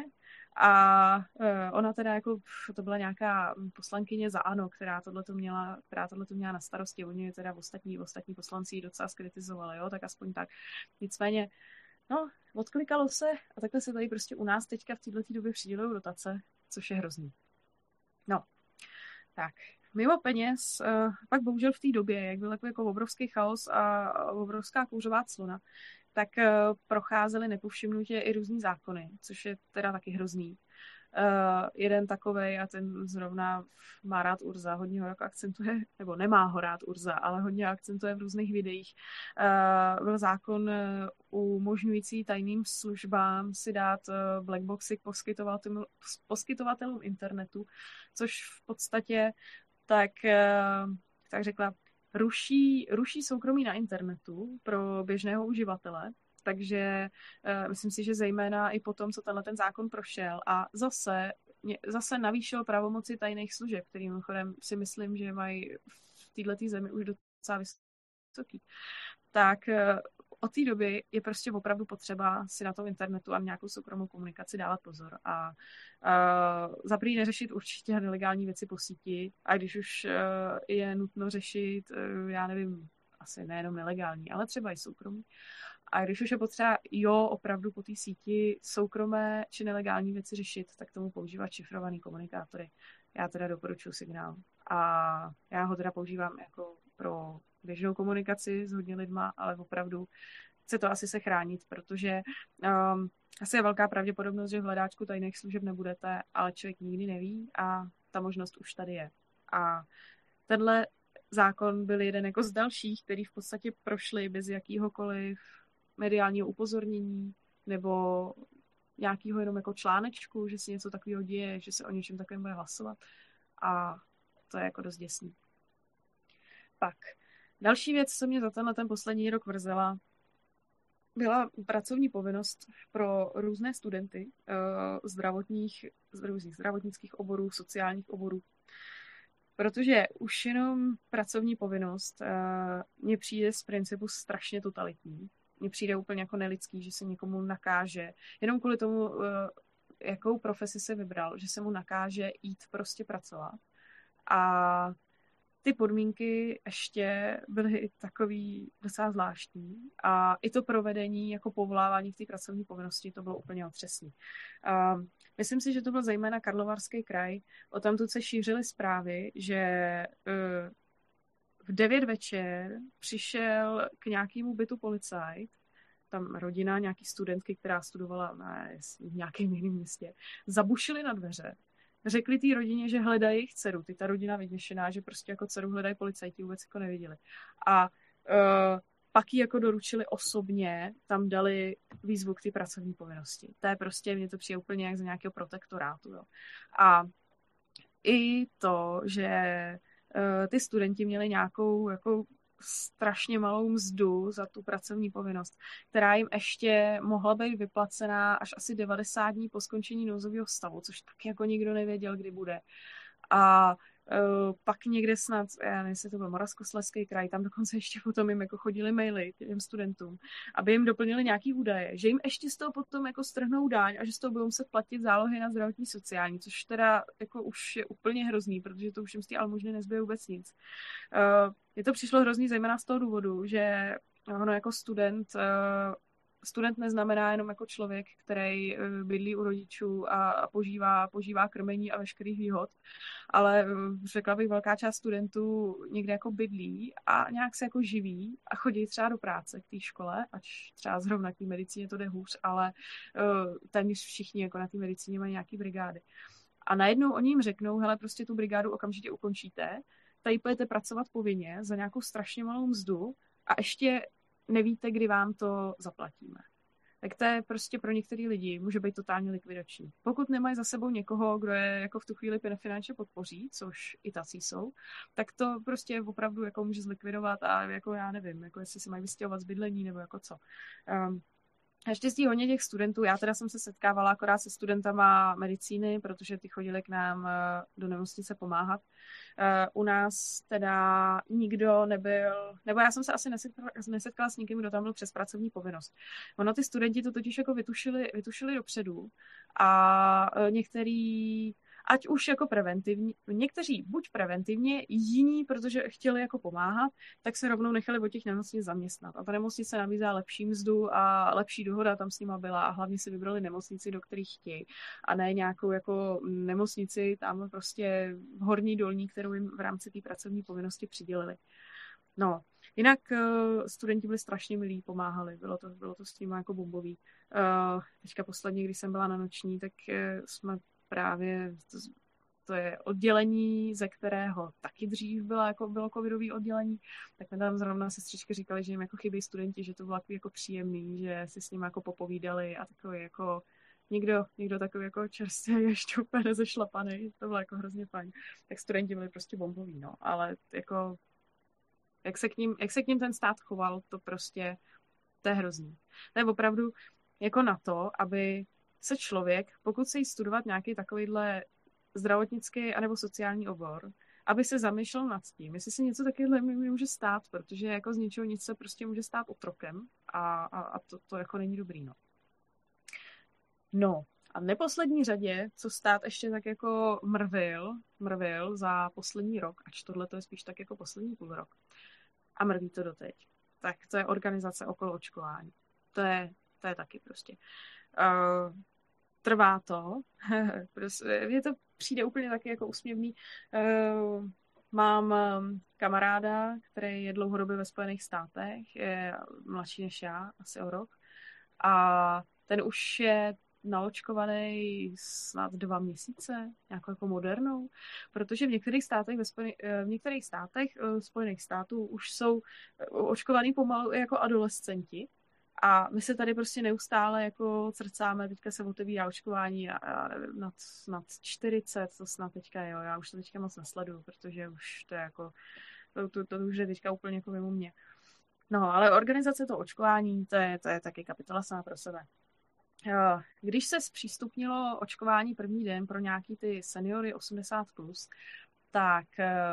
a ona teda jako, to byla nějaká poslankyně za ANO, která tohleto měla, která tohleto měla na starosti, oni teda ostatní, ostatní poslanci ji docela skritizovali, jo, tak aspoň tak. Nicméně no, odklikalo se a takhle se tady prostě u nás teďka v této době přidělují dotace, což je hrozný. No, tak, mimo peněz, uh, pak bohužel v té době, jak byl takový jako obrovský chaos a obrovská kouřová clona, tak uh, procházely nepovšimnutě i různý zákony, což je teda taky hrozný. Uh, jeden takovej a ten zrovna má rád Urza, hodně ho jako akcentuje, nebo nemá ho rád Urza, ale hodně akcentuje v různých videích. Uh, byl zákon uh, umožňující tajným službám si dát uh, blackboxy k poskytovatelům, poskytovatelům internetu, což v podstatě tak, uh, tak řekla, ruší, ruší soukromí na internetu pro běžného uživatele. Takže uh, myslím si, že zejména i po tom, co tenhle ten zákon prošel a zase, zase navýšil pravomoci tajných služeb, kterým mimochodem si myslím, že mají v této zemi už docela vysoký, tak uh, od té doby je prostě opravdu potřeba si na tom internetu a nějakou soukromou komunikaci dávat pozor a uh, za první neřešit určitě nelegální věci po síti a když už uh, je nutno řešit, uh, já nevím, asi nejenom nelegální, ale třeba i soukromí. A když už je potřeba, jo, opravdu po té síti soukromé či nelegální věci řešit, tak tomu používat šifrovaný komunikátory. Já teda doporučuji Signál. A já ho teda používám jako pro běžnou komunikaci s hodně lidma, ale opravdu chce to asi se chránit, protože um, asi je velká pravděpodobnost, že v hledáčku tajných služeb nebudete, ale člověk nikdy neví a ta možnost už tady je. A tenhle zákon byl jeden jako z dalších, který v podstatě prošli bez jakýhokoliv mediálního upozornění nebo nějakého jenom jako článečku, že si něco takového děje, že se o něčem takovém bude hlasovat. A to je jako dost děsný. Pak, další věc, co mě za tenhle ten poslední rok vrzela, byla pracovní povinnost pro různé studenty uh, zdravotních, z různých zdravotnických oborů, sociálních oborů. Protože už jenom pracovní povinnost uh, mně přijde z principu strašně totalitní. Mně přijde úplně jako nelidský, že se někomu nakáže, jenom kvůli tomu, uh, jakou profesi se vybral, že se mu nakáže jít prostě pracovat. A ty podmínky ještě byly takový docela zvláštní a i to provedení jako povolávání v té pracovní povinnosti, to bylo úplně otřesný. Uh, myslím si, že to byl zejména Karlovarský kraj. O tamtud se šířily zprávy, že uh, v devět večer přišel k nějakému bytu policajt, tam rodina, nějaký studentky, která studovala ne, v nějakém jiném městě, zabušili na dveře, řekli té rodině, že hledají jejich dceru. Ty ta rodina vyděšená, že prostě jako dceru hledají policajti, vůbec jako neviděli. A uh, pak ji jako doručili osobně, tam dali výzvu k té pracovní povinnosti. To je prostě, mně to přijde úplně jak z nějakého protektorátu. Jo. A i to, že uh, ty studenti měli nějakou jako strašně malou mzdu za tu pracovní povinnost, která jim ještě mohla být vyplacená až asi devadesát dní po skončení nouzového stavu, což taky jako nikdo nevěděl, kdy bude. A uh, pak někde snad, já nevím, jestli to byl Moravskoslezský kraj, tam dokonce ještě potom jim jako chodili maily těm studentům, aby jim doplnili nějaký údaje, že jim ještě z toho potom jako strhnou daň a že z toho budou muset platit zálohy na zdravotní sociální, což teda jako už je úplně hrozný, protože to už jim z té almužny nezbyde vůbec nic. Uh, Mně to přišlo hrozný zejména z toho důvodu, že ono jako student, student neznamená jenom jako člověk, který bydlí u rodičů a požívá, požívá krmení a veškerých výhod, ale řekla bych, velká část studentů někde jako bydlí a nějak se jako živí a chodí třeba do práce k té škole, ať třeba zrovna k té medicíně to jde hůř, ale téměř všichni jako na té medicíně mají nějaký brigády. A najednou oni jim řeknou, hele, prostě tu brigádu okamžitě ukončíte, tady budete pracovat povinně za nějakou strašně malou mzdu a ještě nevíte, kdy vám to zaplatíme. Tak to je prostě pro některý lidi může být totálně likvidační. Pokud nemají za sebou někoho, kdo je jako v tu chvíli finančně podpoří, což i tací jsou, tak to prostě opravdu jako může zlikvidovat a jako já nevím, jako jestli si mají vystěhovat z bydlení nebo jako co. Um, Naštěstí hodně těch studentů, já teda jsem se setkávala akorát se studentama medicíny, protože ty chodili k nám do nemocnice pomáhat. U nás teda nikdo nebyl, nebo já jsem se asi nesetkala, nesetkala s nikým, kdo tam byl přes pracovní povinnost. Ono ty studenti to totiž jako vytušili, vytušili dopředu a některý ať už jako preventivní, někteří buď preventivně, jiní, protože chtěli jako pomáhat, tak se rovnou nechali od těch nemocnic zaměstnat. A ta nemocnice nabízá lepší mzdu a lepší dohoda tam s nima byla a hlavně si vybrali nemocnici, do kterých chtějí. A ne nějakou jako nemocnici tam prostě horní dolní, kterou jim v rámci té pracovní povinnosti přidělili. No, jinak uh, studenti byli strašně milí, pomáhali, bylo to, bylo to s nimi jako bombový. Uh, teďka posledně, když jsem byla na noční, tak uh, jsme právě, to, to je oddělení, ze kterého taky dřív byla, jako, bylo covidové oddělení, tak mi tam zrovna sestřičky říkali, že jim jako chybí studenti, že to bylo takový jako příjemný, že si s nimi jako popovídali a takový jako někdo, někdo takový jako čerstvý ještě úplně nezešlapaný, to bylo jako hrozně fajn. Tak studenti byli prostě bomboví, no, ale jako jak se k ním, jak se k ním ten stát choval, to prostě, to je hrozný. To je opravdu jako na to, aby se člověk, pokud se jí studovat nějaký takovýhle zdravotnický anebo sociální obor, aby se zamýšlel nad tím, jestli se něco takového může stát, protože jako z ničeho nic se prostě může stát otrokem a, a, a to, to jako není dobrý, no. No a v neposlední řadě, co stát ještě tak jako mrvil, mrvil za poslední rok, ač tohle to je spíš tak jako poslední půl rok, a mrví to doteď, tak to je organizace okolo očkování. To je, to je taky prostě. Uh, trvá to. Mně to přijde úplně taky jako úsměvný. Uh, mám um, kamaráda, který je dlouhodobě ve Spojených státech, je mladší než já, asi o rok. A ten už je naočkovaný snad dva měsíce, nějakou jako modernou, protože v některých státech, ve Spojený, v některých státech Spojených států už jsou očkovaný pomalu i jako adolescenti. A my se tady prostě neustále jako crcáme, teďka se otevírá očkování a, a nevím, nad, nad čtyřicet, to snad teďka jo, já už to teďka moc nesleduju, protože už to je jako, to, to, to už je teďka úplně jako mimo mě. No, ale organizace toho očkování, to je, to je taky kapitola sama pro sebe. Když se zpřístupnilo očkování první den pro nějaký ty seniory osmdesát plus, tak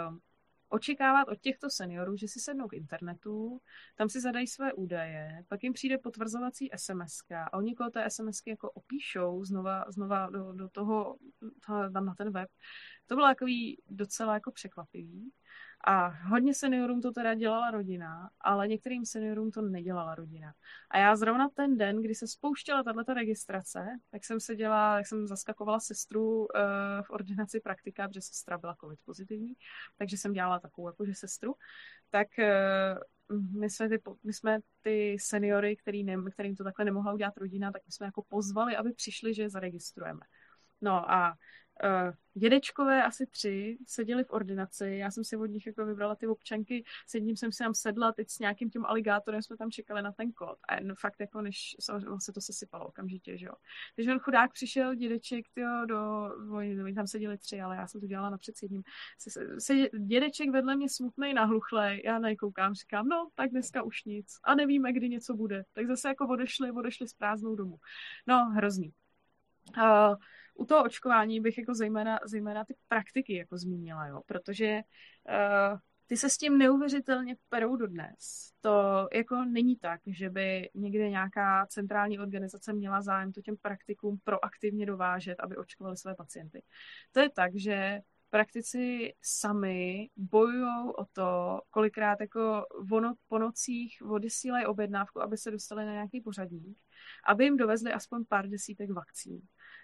očekávat od těchto seniorů, že si sednou k internetu, tam si zadají své údaje, pak jim přijde potvrzovací es em eska a oni kolem té es em esky jako opíšou znova, znova do, do toho, tam na ten web. To bylo takový docela jako překvapivý. A hodně seniorům to teda dělala rodina, ale některým seniorům to nedělala rodina. A já zrovna ten den, kdy se spouštěla tato registrace, tak jsem se dělala, tak jsem zaskakovala sestru uh, v ordinaci praktika, protože sestra byla covid pozitivní, takže jsem dělala takovou jakože sestru. Tak uh, my, jsme ty, my jsme ty seniory, který ne, kterým to takhle nemohla udělat rodina, tak my jsme jako pozvali, aby přišli, že je zaregistrujeme. No a Uh, dědečkové asi tři seděli v ordinaci, já jsem si od nich jako vybrala ty občanky, s jedním jsem si tam sedla, teď s nějakým tím aligátorem jsme tam čekali na ten kód a jen fakt jako než se to sesypalo okamžitě, že jo. Takže on chudák přišel, dědeček, tyjo, do, oni tam seděli tři, ale já jsem to dělala napřed s jedním. Se, se, dědeček vedle mě smutnej, nahluchlej, já nejkoukám, říkám, no, tak dneska už nic a nevíme, kdy něco bude. Tak zase jako odešli, odešli s prázdnou domů. No, hrozný. Uh, u toho očkování bych jako zejména, zejména ty praktiky jako zmínila, jo, protože uh, ty se s tím neuvěřitelně perou dodnes. To jako není tak, že by někde nějaká centrální organizace měla zájem to těm praktikům proaktivně dovážet, aby očkovali své pacienty. To je tak, že praktici sami bojují o to, kolikrát jako ono, po nocích odesílají objednávku, aby se dostali na nějaký pořadník, aby jim dovezli aspoň pár desítek vakcín.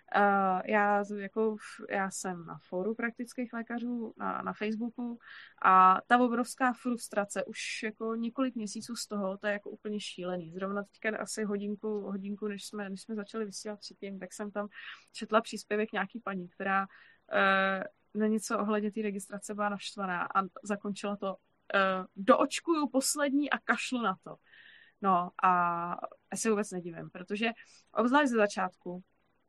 Uh, já, jako, já jsem na fóru praktických lékařů na, na Facebooku a ta obrovská frustrace už jako několik měsíců z toho, to je jako úplně šílený. Zrovna teďka asi hodinku, hodinku než, jsme, než jsme začali vysílat předtím, tak jsem tam četla příspěvek nějaký paní, která uh, na něco ohledně té registrace byla naštvaná a zakončila to uh, doočkuju poslední a kašlu na to. No a já se vůbec nedivím, protože obzvlášť ze začátku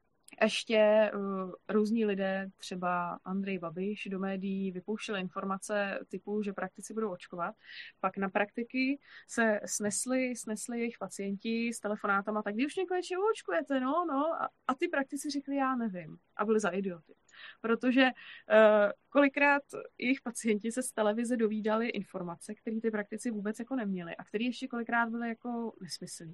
ještě uh, různí lidé, třeba Andrej Babiš, do médií vypouštěli informace typu, že praktici budou očkovat. Pak na praktiky se snesli, snesli jejich pacienti s telefonátama, tak vy už mě konečně očkujete, no, no. A, a ty praktici řekli, já nevím. A byli za idioty. Protože uh, kolikrát jejich pacienti se z televize dovídali informace, které ty praktici vůbec jako neměli a které ještě kolikrát byly jako nesmyslný.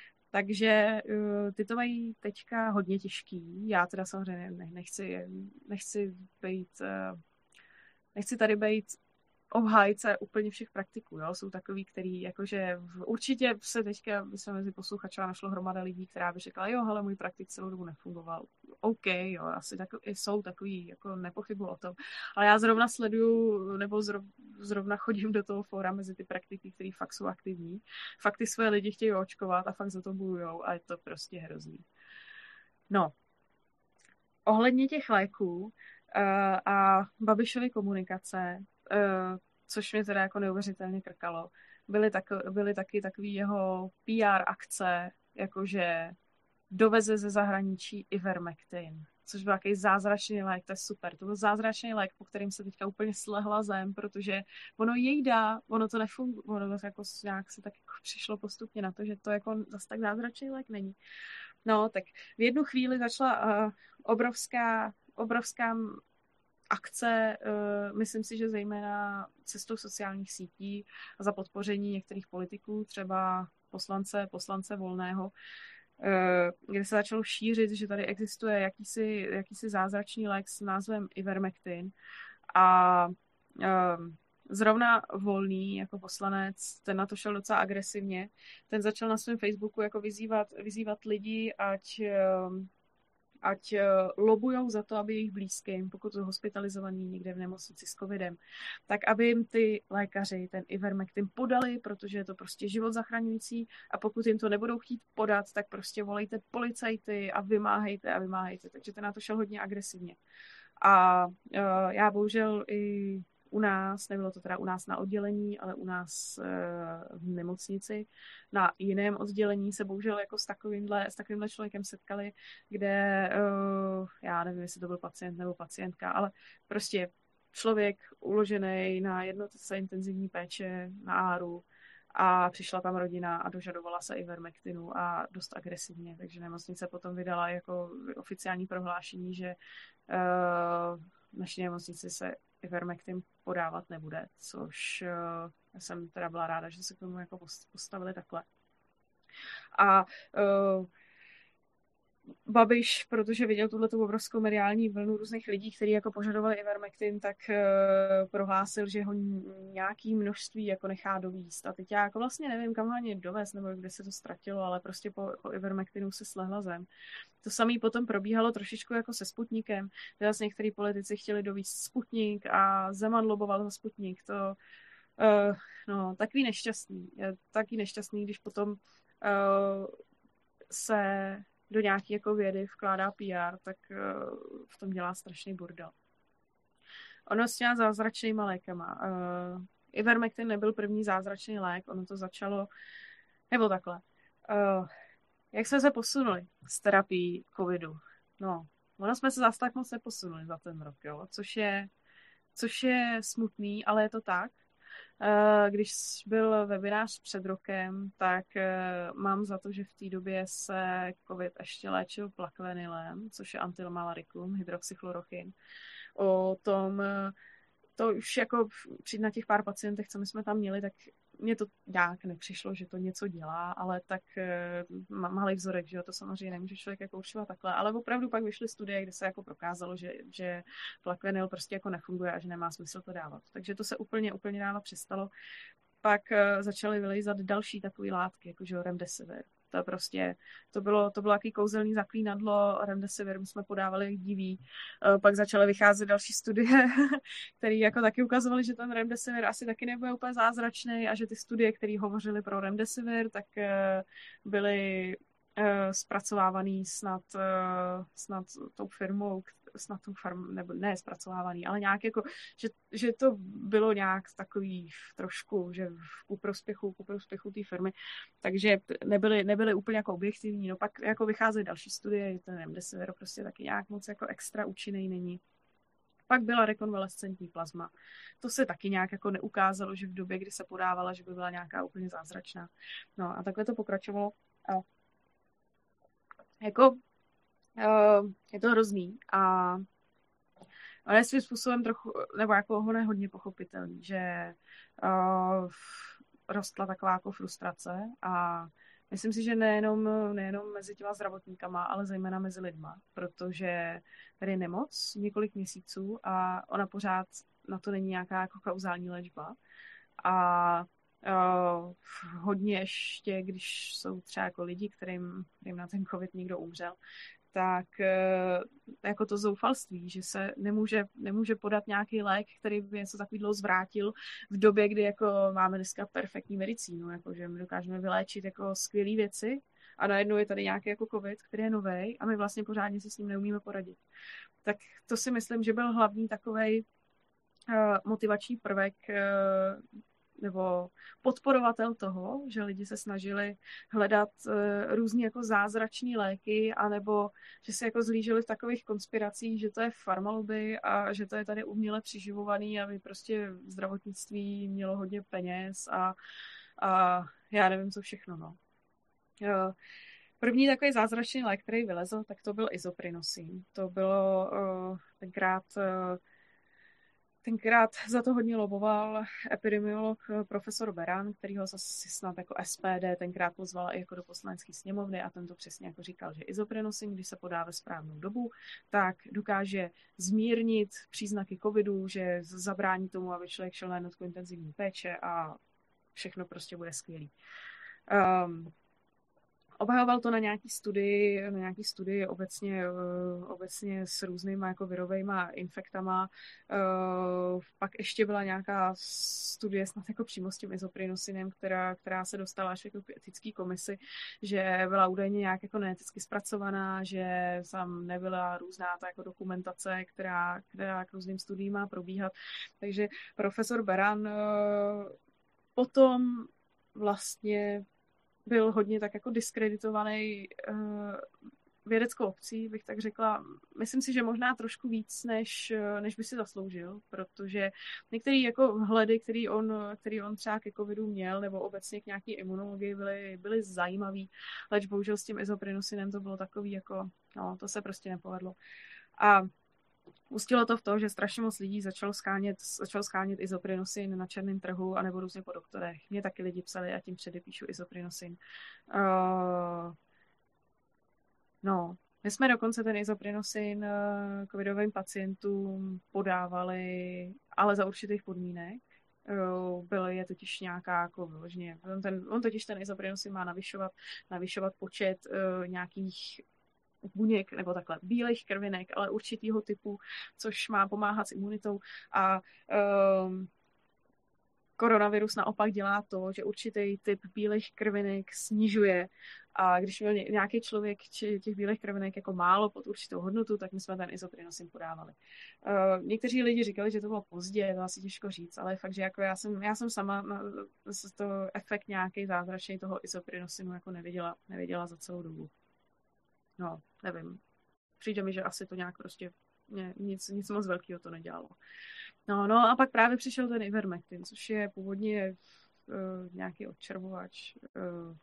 Takže uh, ty to mají teďka hodně těžký. Já teda samozřejmě nechci, nechci být, uh, nechci tady být obhájce úplně všech praktiků, jo. Jsou takový, který jakože v, určitě se teďka by se mezi posluchačema našlo hromada lidí, která by řekla, jo, hele, můj praktik celou dobu nefungoval. OK, jo, asi tak, jsou takový, jako nepochybuji o tom. Ale já zrovna sleduju, nebo zrov, zrovna chodím do toho fóra mezi ty praktiky, který fakt jsou aktivní. Fakt ty své lidi chtějí očkovat a fakt za to bojujou a je to prostě hrozný. No, ohledně těch léků uh, a Babišovy komunikace, Uh, což mě teda jako neuvěřitelně krkalo. Byly, tak, byly taky takový jeho P R akce, jakože doveze ze zahraničí Ivermectin, což byl takový zázračný lék, to je super. To byl zázračný lék, po kterým se teďka úplně slehla zem, protože ono jej dá, ono to nefunguje, ono jako nějak se tak jako přišlo postupně na to, že to jako zase tak zázračný lék není. No, tak v jednu chvíli začala uh, obrovská, obrovská akce, uh, myslím si, že zejména cestou sociálních sítí a za podpoření některých politiků, třeba poslance, poslance Volného, uh, kde se začalo šířit, že tady existuje jakýsi, jakýsi zázračný lék s názvem Ivermectin a uh, zrovna Volný jako poslanec, ten na to šel docela agresivně, ten začal na svém Facebooku jako vyzývat, vyzývat lidi, ať uh, ať lobujou za to, aby jejich blízkým, pokud jsou hospitalizovaní někde v nemocnici s covidem, tak aby jim ty lékaři ten Ivermectin podali, protože je to prostě život zachraňující a pokud jim to nebudou chtít podat, tak prostě volejte policajty a vymáhejte a vymáhejte. Takže ten na to šel hodně agresivně. A uh, já bohužel i u nás, nebylo to teda u nás na oddělení, ale u nás uh, v nemocnici, na jiném oddělení se bohužel jako s takovýmhle, s takovýmhle člověkem setkali, kde, uh, já nevím, jestli to byl pacient nebo pacientka, ale prostě člověk uložený na jednotce intenzivní péče na áru a přišla tam rodina a dožadovala se Ivermectinu a dost agresivně, takže nemocnice potom vydala jako oficiální prohlášení, že uh, v naší nemocnici se Ivermectin podávat nebude, což uh, já jsem teda byla ráda, že se k tomu jako postavili takhle. A uh, Babiš, protože viděl tuhletu obrovskou mediální vlnu různých lidí, kteří jako požadovali Ivermectin, tak uh, prohlásil, že ho nějaký množství jako nechá dovízt. A teď já jako vlastně nevím, kam ho ani dovést, nebo kde se to ztratilo, ale prostě po, po Ivermectinu se slehla zem. To samé potom probíhalo trošičku jako se Sputnikem. Teda některý politici chtěli dovízt Sputnik a Zeman loboval za Sputnik. To uh, no, takový nešťastný. Je taky nešťastný, když potom uh, se do nějaké jako vědy vkládá P R, tak uh, v tom dělá strašný bordel. Ono s těma zázračnýma lékama. Uh, Ivermectin nebyl první zázračný lék, ono to začalo, nebo takhle. Uh, jak jsme se posunuli z terapii covidu? No, ono jsme se zase tak moc neposunuli za ten rok, jo? Což je, což je smutný, ale je to tak. Když byl webinář před rokem, tak mám za to, že v té době se covid ještě léčil plakvenilem, což je antimalarikum, hydroxychlorochin. O tom, to už jako na těch pár pacientech, co my jsme tam měli, tak mně to nějak nepřišlo, že to něco dělá, ale tak malý vzorek, že jo, to samozřejmě nemůže člověk jako určovat takhle, ale opravdu pak vyšly studie, kde se jako prokázalo, že, že plakvenil prostě jako nefunguje a že nemá smysl to dávat. Takže to se úplně, úplně dávat přestalo. Pak začaly vylejzat další takové látky, jako že remdesivir. To prostě, to bylo, to bylo jaký kouzelný zaklínadlo, remdesivir jsme podávali jak diví. Pak začaly vycházet další studie, které jako taky ukazovaly, že ten remdesivir asi taky nebude úplně zázračný a že ty studie, které hovořily pro remdesivir, tak byly zpracovávaný snad, snad tou firmou, snad tou farm, nebo ne zpracovávaný, ale nějak jako, že, že to bylo nějak takový trošku, že ku prospěchu, ku prospěchu té firmy, takže nebyly, nebyly úplně jako objektivní, no pak jako vycházely další studie, ten remdesivir prostě taky nějak moc jako extra účinný není. Pak byla rekonvalescentní plazma. To se taky nějak jako neukázalo, že v době, kdy se podávala, že by byla nějaká úplně zázračná. No a takhle to pokračovalo. A jako uh, je to hrozný a on je svým způsobem trochu, nebo jako ono je hodně pochopitelný, že uh, rostla taková jako frustrace a myslím si, že nejenom, nejenom mezi těma zdravotníkama, ale zejména mezi lidma, protože tady je nemoc několik měsíců a ona pořád na to není nějaká jako kauzální léčba a Uh, hodně ještě, když jsou třeba jako lidi, kterým, kterým na ten covid někdo umřel, tak uh, jako to zoufalství, že se nemůže, nemůže podat nějaký lék, který by něco takového zvrátil v době, kdy jako máme dneska perfektní medicínu, jako že my dokážeme vyléčit jako skvělé věci a najednou je tady nějaký jako covid, který je novej a my vlastně pořádně si s ním neumíme poradit. Tak to si myslím, že byl hlavní takovej uh, motivační prvek uh, nebo podporovatel toho, že lidi se snažili hledat uh, různý jako zázračný léky, anebo že se jako zlížili v takových konspiracích, že to je farmalobby a že to je tady uměle přiživovaný, aby prostě zdravotnictví mělo hodně peněz a, a já nevím, co všechno, no. Uh, První takový zázračný lék, který vylezl, tak to byl isoprinosin. To bylo uh, tenkrát uh, Tenkrát za to hodně loboval epidemiolog profesor Beran, který ho zase snad jako S P D tenkrát pozval i jako do poslanecké sněmovny a ten to přesně jako říkal, že isoprinosin, když se podá ve správnou dobu, tak dokáže zmírnit příznaky covidu, že zabrání tomu, aby člověk šel na jednotku intenzivní péče a všechno prostě bude skvělý. Um, obhajoval to na nějaký studii, na nějaký studii obecně, obecně s různýma jako virovejma infektama. Pak ještě byla nějaká studie snad jako přímo s tím izoprinosinem, která, která se dostala až jako k etické komisi, že byla údajně nějak jako neeticky zpracovaná, že tam nebyla různá ta jako dokumentace, která, která k různým studiím má probíhat. Takže profesor Beran potom vlastně byl hodně tak jako diskreditovaný uh, vědeckou obcí, bych tak řekla. Myslím si, že možná trošku víc, než, než by si zasloužil, protože některé jako vhledy, který on, který on třeba ke covidu měl, nebo obecně k nějaké imunologii, byly, byly zajímavý, leč bohužel s tím izoprinosinem to bylo takový jako, no, to se prostě nepovedlo. A pustilo to v to, že strašně moc lidí začalo schánět, začalo schánět izoprinosin na černém trhu anebo různě po doktorech. Mě taky lidi psali, a tím předepíšu izoprinosin. Uh, no, my jsme dokonce ten izoprinosin uh, covidovým pacientům podávali, ale za určitých podmínek. Uh, byl je totiž nějaká, jako vyloženě, on, ten, on totiž ten izoprinosin má navyšovat, navyšovat počet uh, nějakých buněk nebo takhle bílých krvinek, ale určitýho typu, což má pomáhat s imunitou a um, koronavirus naopak dělá to, že určitý typ bílých krvinek snižuje a když měl nějaký člověk těch bílých krvinek jako málo pod určitou hodnotu, tak my jsme ten izoprinosin podávali. Uh, někteří lidi říkali, že to bylo pozdě, to asi těžko říct, ale fakt, že jako já jsem, já jsem sama to efekt nějaký zázračný toho izoprinosinu jako neviděla, neviděla za celou dobu. No, nevím. Přijde mi, že asi to nějak prostě ne, nic, nic moc velkého to nedělalo. No, no a pak právě přišel ten Ivermectin, což je původně uh, nějaký odčervovač. Uh,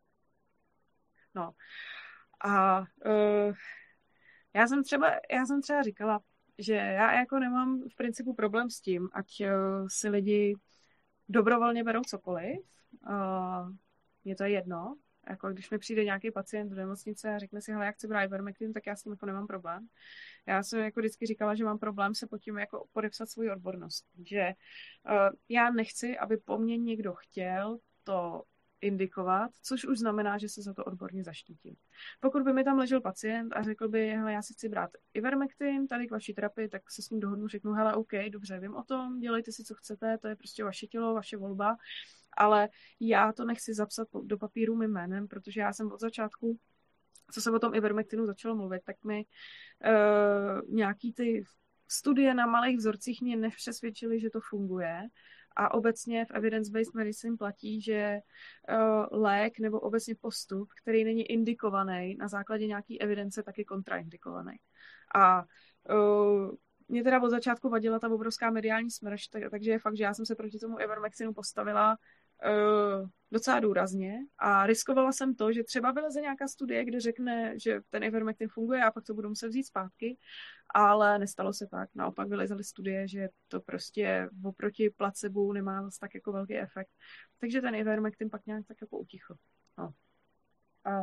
no. A uh, já jsem třeba, já jsem třeba říkala, že já jako nemám v principu problém s tím, ať uh, si lidi dobrovolně berou cokoliv. Uh, je to jedno. Jako když mi přijde nějaký pacient do nemocnice a řekne si, hele, já chci brát Ivermectin, tak já s tím jako nemám problém. Já jsem jako vždycky říkala, že mám problém se pod tím jako podepsat svoji odbornost. Že uh, já nechci, aby po mně někdo chtěl to indikovat, což už znamená, že se za to odborně zaštítím. Pokud by mi tam ležel pacient a řekl by, hele, já si chci brát Ivermectin, tady k vaší terapii, tak se s ním dohodnu, řeknu, hele, OK, dobře, vím o tom, dělejte si, co chcete, to je prostě vaše tělo, vaše volba, ale já to nechci zapsat do papíru mým jménem, protože já jsem od začátku, co se o tom Ivermectinu začalo mluvit, tak mi uh, nějaký ty studie na malých vzorcích mě nepřesvědčily, že to funguje. A obecně v evidence-based medicine platí, že uh, lék nebo obecně postup, který není indikovaný na základě nějaký evidence, tak je kontraindikovaný. A uh, mě teda od začátku vadila ta obrovská mediální smršť, tak, takže je fakt, že já jsem se proti tomu Ivermectinu postavila uh, docela důrazně a riskovala jsem to, že třeba vyleze nějaká studie, kde řekne, že ten Ivermectin funguje a pak to budu muset vzít zpátky, ale nestalo se tak. Naopak vylezaly studie, že to prostě oproti placebu nemá zase tak jako velký efekt. Takže ten Ivermectin pak nějak tak jako utichl. No. A,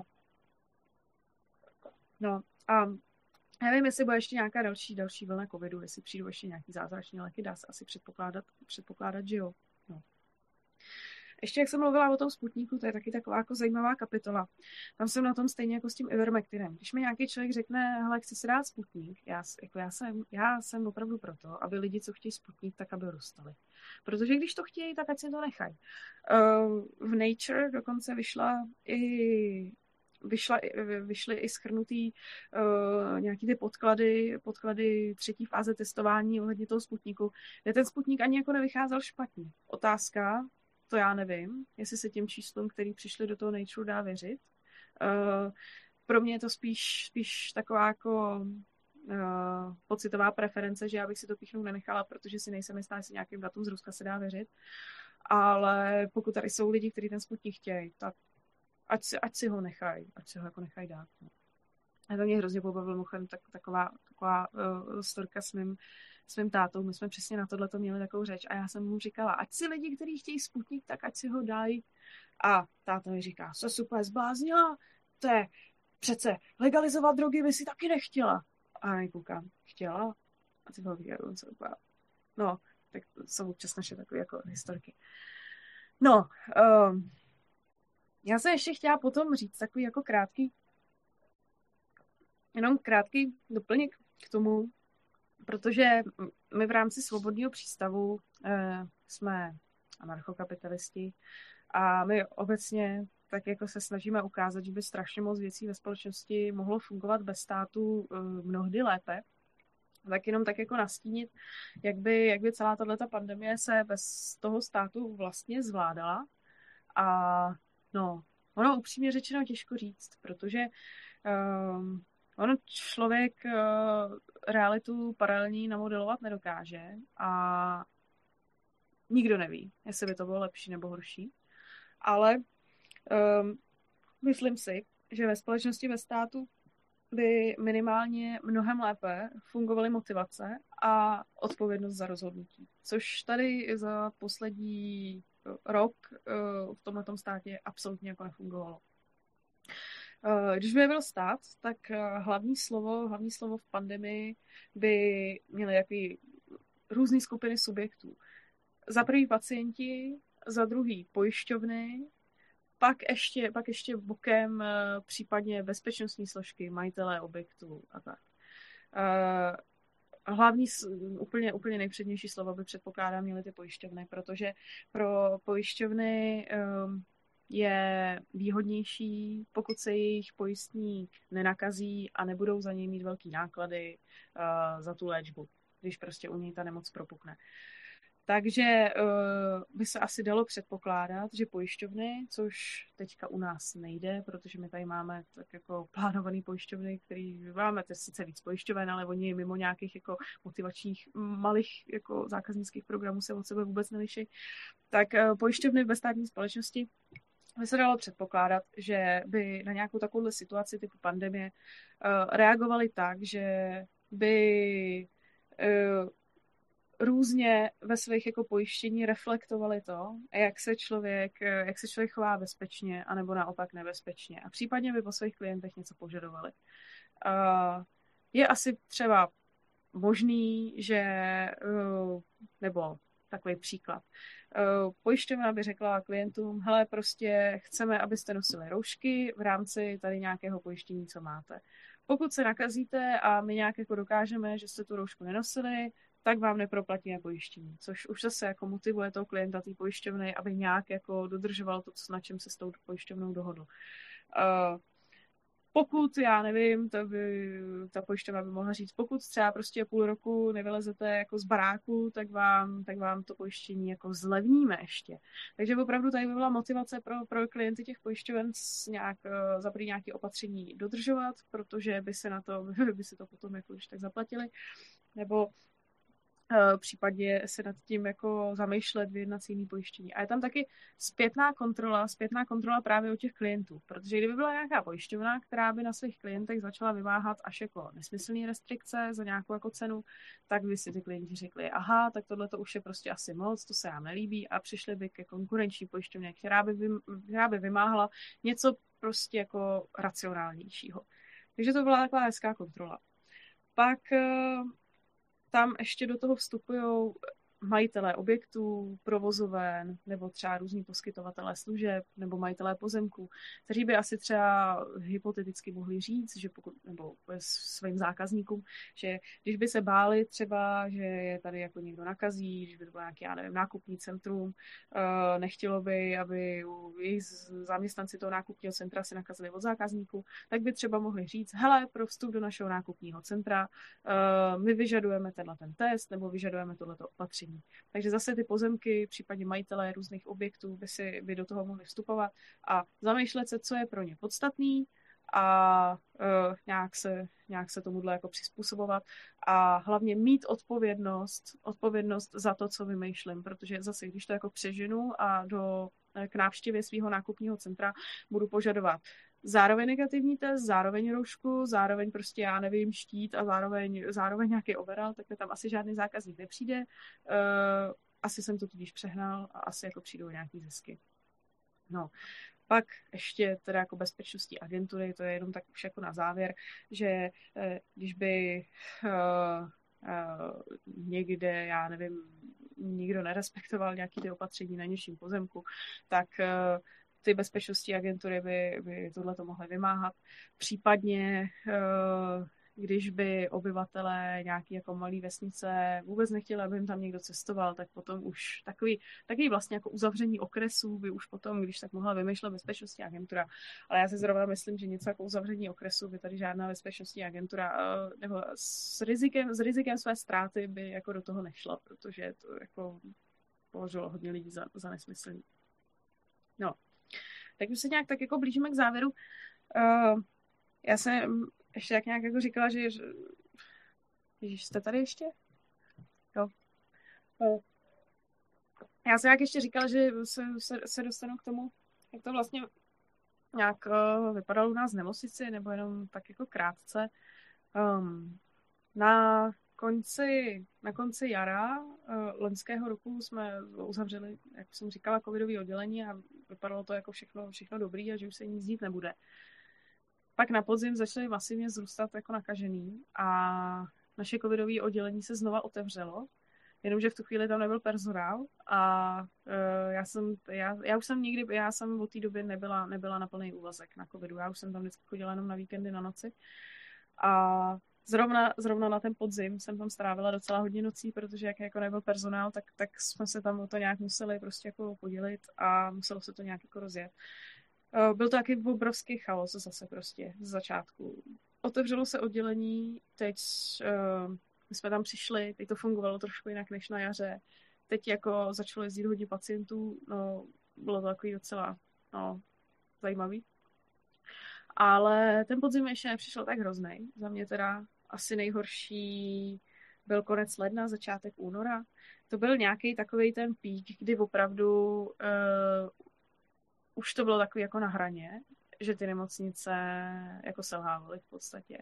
no. A nevím, jestli bude ještě nějaká další, další vlna covidu, jestli přijdou ještě nějaký zázračný léky, dá se asi předpokládat, předpokládat, že jo. No. Ještě jak jsem mluvila o tom Sputniku, to je taky taková jako zajímavá kapitola. Tam jsem na tom stejně jako s tím Ivermectinem. Když mi nějaký člověk řekne, hele, chci si dát Sputnik, já, jako já, jsem, já jsem opravdu proto, aby lidi, co chtějí Sputnik, tak aby dostali. Protože když to chtějí, tak ať si to nechají. Uh, v Nature dokonce vyšla i Vyšla, vyšly i schrnutý uh, nějaký ty podklady, podklady třetí fáze testování ohledně toho Sputniku, kde ten Sputnik ani jako nevycházel špatně. Otázka, to já nevím, jestli se těm číslům, který přišli do toho Nature, dá věřit. Uh, pro mě je to spíš, spíš taková jako uh, pocitová preference, že já bych si to píchnout nenechala, protože si nejsem jistá, jestli nějakým datům z Ruska se dá věřit. Ale pokud tady jsou lidi, kteří ten Sputnik chtějí, tak ať si, ať si ho nechají, ať si ho jako nechají dát. No. A to mě hrozně pobavil mochem tak, taková, taková uh, storka s mým, s mým tátou. My jsme přesně na tohleto měli takovou řeč a já jsem mu říkala, ať si lidi, kteří chtějí Sputnik, tak ať si ho dají. A táta mi říká, se super zbláznila, to je přece legalizovat drogy by si taky nechtěla. A já koukám, chtěla? A ty bylo on se úplně, no, tak to jsou občas naše takové jako historky. No, um, Já jsem ještě chtěla potom říct takový jako krátký, jenom krátký doplněk k tomu, protože my v rámci Svobodného přístavu eh, jsme anarchokapitalisti a my obecně tak jako se snažíme ukázat, že by strašně moc věcí ve společnosti mohlo fungovat bez státu eh, mnohdy lépe. Tak jenom tak jako nastínit, jak by, jak by celá tato pandemie se bez toho státu vlastně zvládala. A no, ono upřímně řečeno těžko říct, protože um, ono člověk uh, realitu paralelní namodelovat nedokáže a nikdo neví, jestli by to bylo lepší nebo horší. Ale um, myslím si, že ve společnosti, ve státu by minimálně mnohem lépe fungovaly motivace a odpovědnost za rozhodnutí. Což tady za poslední rok v tomhletom státě absolutně jako nefungovalo. Když by byl stát, tak hlavní slovo, hlavní slovo v pandemii by měly jaký různé skupiny subjektů. Za prvý pacienti, za druhý pojišťovny, pak ještě, pak ještě bokem případně bezpečnostní složky, majitelé objektů a tak. Hlavní, úplně, úplně nejpřednější slovo by předpokládám měly ty pojišťovny, protože pro pojišťovny je výhodnější, pokud se jejich pojistník nenakazí a nebudou za něj mít velký náklady za tu léčbu, když prostě u něj ta nemoc propukne. Takže uh, by se asi dalo předpokládat, že pojišťovny, což teďka u nás nejde, protože my tady máme tak jako plánovaný pojišťovny, který máme to sice víc pojišťoven, ale oni mimo nějakých jako motivačních malých jako zákaznických programů se od sebe vůbec neliší. Tak uh, pojišťovny v bezstátní společnosti by se dalo předpokládat, že by na nějakou takovou situaci typu pandemie uh, reagovaly tak, že by uh, různě ve svých jako pojištění reflektovali to, jak se člověk, jak se člověk chová bezpečně, anebo naopak nebezpečně. A případně by po svých klientech něco požadovali. Uh, je asi třeba možný, že, uh, nebo takový příklad, uh, pojišťovna by řekla klientům, hele, prostě chceme, abyste nosili roušky v rámci tady nějakého pojištění, co máte. Pokud se nakazíte a my nějak jako dokážeme, že jste tu roušku nenosili, tak vám neproplatíme pojištění, což už zase jako motivuje toho klienta té pojišťovny, aby nějak jako dodržoval to, na čem se s tou pojišťovnou dohodl. Uh, pokud, já nevím, to by, ta pojišťovna by mohla říct, pokud třeba prostě půl roku nevylezete jako z baráku, tak vám, tak vám to pojištění jako zlevníme ještě. Takže opravdu tady by byla motivace pro, pro klienty těch pojišťoven nějak, uh, za nějaké opatření dodržovat, protože by se na to, by se to potom jako už tak zaplatili, nebo případně se nad tím jako zamýšlet, vyjednat si jiný pojištění. A je tam taky zpětná kontrola, zpětná kontrola právě u těch klientů, protože kdyby byla nějaká pojišťovna, která by na svých klientech začala vymáhat až jako nesmyslné restrikce za nějakou jako cenu, tak by si ty klienti řekli, aha, tak tohle to už je prostě asi moc, to se nám nelíbí a přišli by ke konkurenční pojišťovně, která by, vym, která by vymáhala něco prostě jako racionálnějšího. Takže to byla taková hezká kontrola. Pak tam ještě do toho vstupují majitelé objektů, provozoven, nebo třeba různí poskytovatelé služeb, nebo majitelé pozemků, kteří by asi třeba hypoteticky mohli říct, že pokud, nebo svým zákazníkům, že když by se báli třeba, že je tady jako někdo nakazí, že by to bylo nějaký, já nevím, nákupní centrum, nechtělo by, aby jejich zaměstnanci toho nákupního centra se nakazili od zákazníků, tak by třeba mohli říct, hele, pro vstup do našeho nákupního centra my vyžadujeme tenhle ten test, nebo vyžadujeme tohleto opatření. Takže zase ty pozemky, případně majitelé různých objektů by si by do toho mohli vstupovat a zamýšlet se, co je pro ně podstatný a uh, nějak, se, nějak se tomuhle jako přizpůsobovat a hlavně mít odpovědnost, odpovědnost za to, co vymýšlím, protože zase, když to jako přeženu a do, k návštěvě svého nákupního centra budu požadovat zároveň negativní test, zároveň roušku, zároveň prostě, já nevím, štít a zároveň, zároveň nějaký overall, tak tam asi žádný zákazník nepřijde. Uh, asi jsem to tudíž přehnal a asi jako přijdou nějaký zisky. No, pak ještě teda jako bezpečnostní agentury, to je jenom tak už jako na závěr, že uh, když by uh, uh, někde, já nevím, nikdo nerespektoval nějaký ty opatření na něčím pozemku, tak uh, ty bezpečnostní agentury by, by tohle to mohly vymáhat. Případně, když by obyvatelé nějaký jako malý vesnice vůbec nechtěli, aby jim tam někdo cestoval, tak potom už takový, takový vlastně jako uzavření okresů by už potom, když tak mohla vymýšlet bezpečnostní agentura. Ale já si zrovna myslím, že něco jako uzavření okresu by tady žádná bezpečnostní agentura nebo s rizikem, s rizikem své ztráty by jako do toho nešla, protože to jako považovalo hodně lidí za, za nesmyslný. No, tak už se nějak tak jako blížíme k závěru. Uh, já jsem ještě tak nějak jako říkala, že Ježíš, jste tady ještě? Jo. Uh, já jsem jak ještě říkala, že se, se, se dostanu k tomu, jak to vlastně nějak uh, vypadalo u nás v nemocnici, nebo jenom tak jako krátce. Um, na konci, na konci jara uh, loňského roku jsme uzavřeli, jak jsem říkala, covidové oddělení a vypadalo to jako všechno, všechno dobrý a že už se nic dít nebude. Pak na podzim začaly masivně zrůstat jako nakažený a naše covidové oddělení se znova otevřelo, jenomže v tu chvíli tam nebyl personál a uh, já jsem, já, já už jsem nikdy, já jsem od té doby nebyla, nebyla na plný úvazek na covidu, já už jsem tam vždycky chodila jenom na víkendy, na noci a Zrovna, zrovna na ten podzim jsem tam strávila docela hodně nocí, protože jak jako nebyl personál, tak, tak jsme se tam o to nějak museli prostě jako podělit a muselo se to nějak jako rozjet. Byl to taky obrovský chaos zase prostě z začátku. Otevřelo se oddělení, teď uh, my jsme tam přišli, teď to fungovalo trošku jinak než na jaře. Teď jako začalo jezdit hodně pacientů, no bylo to takový docela no, zajímavý. Ale ten podzim ještě nepřišel tak hrozný. Za mě teda asi nejhorší byl konec ledna, začátek února. To byl nějaký takový ten pík, kdy opravdu uh, už to bylo takový jako na hraně, že ty nemocnice jako selhávaly v podstatě.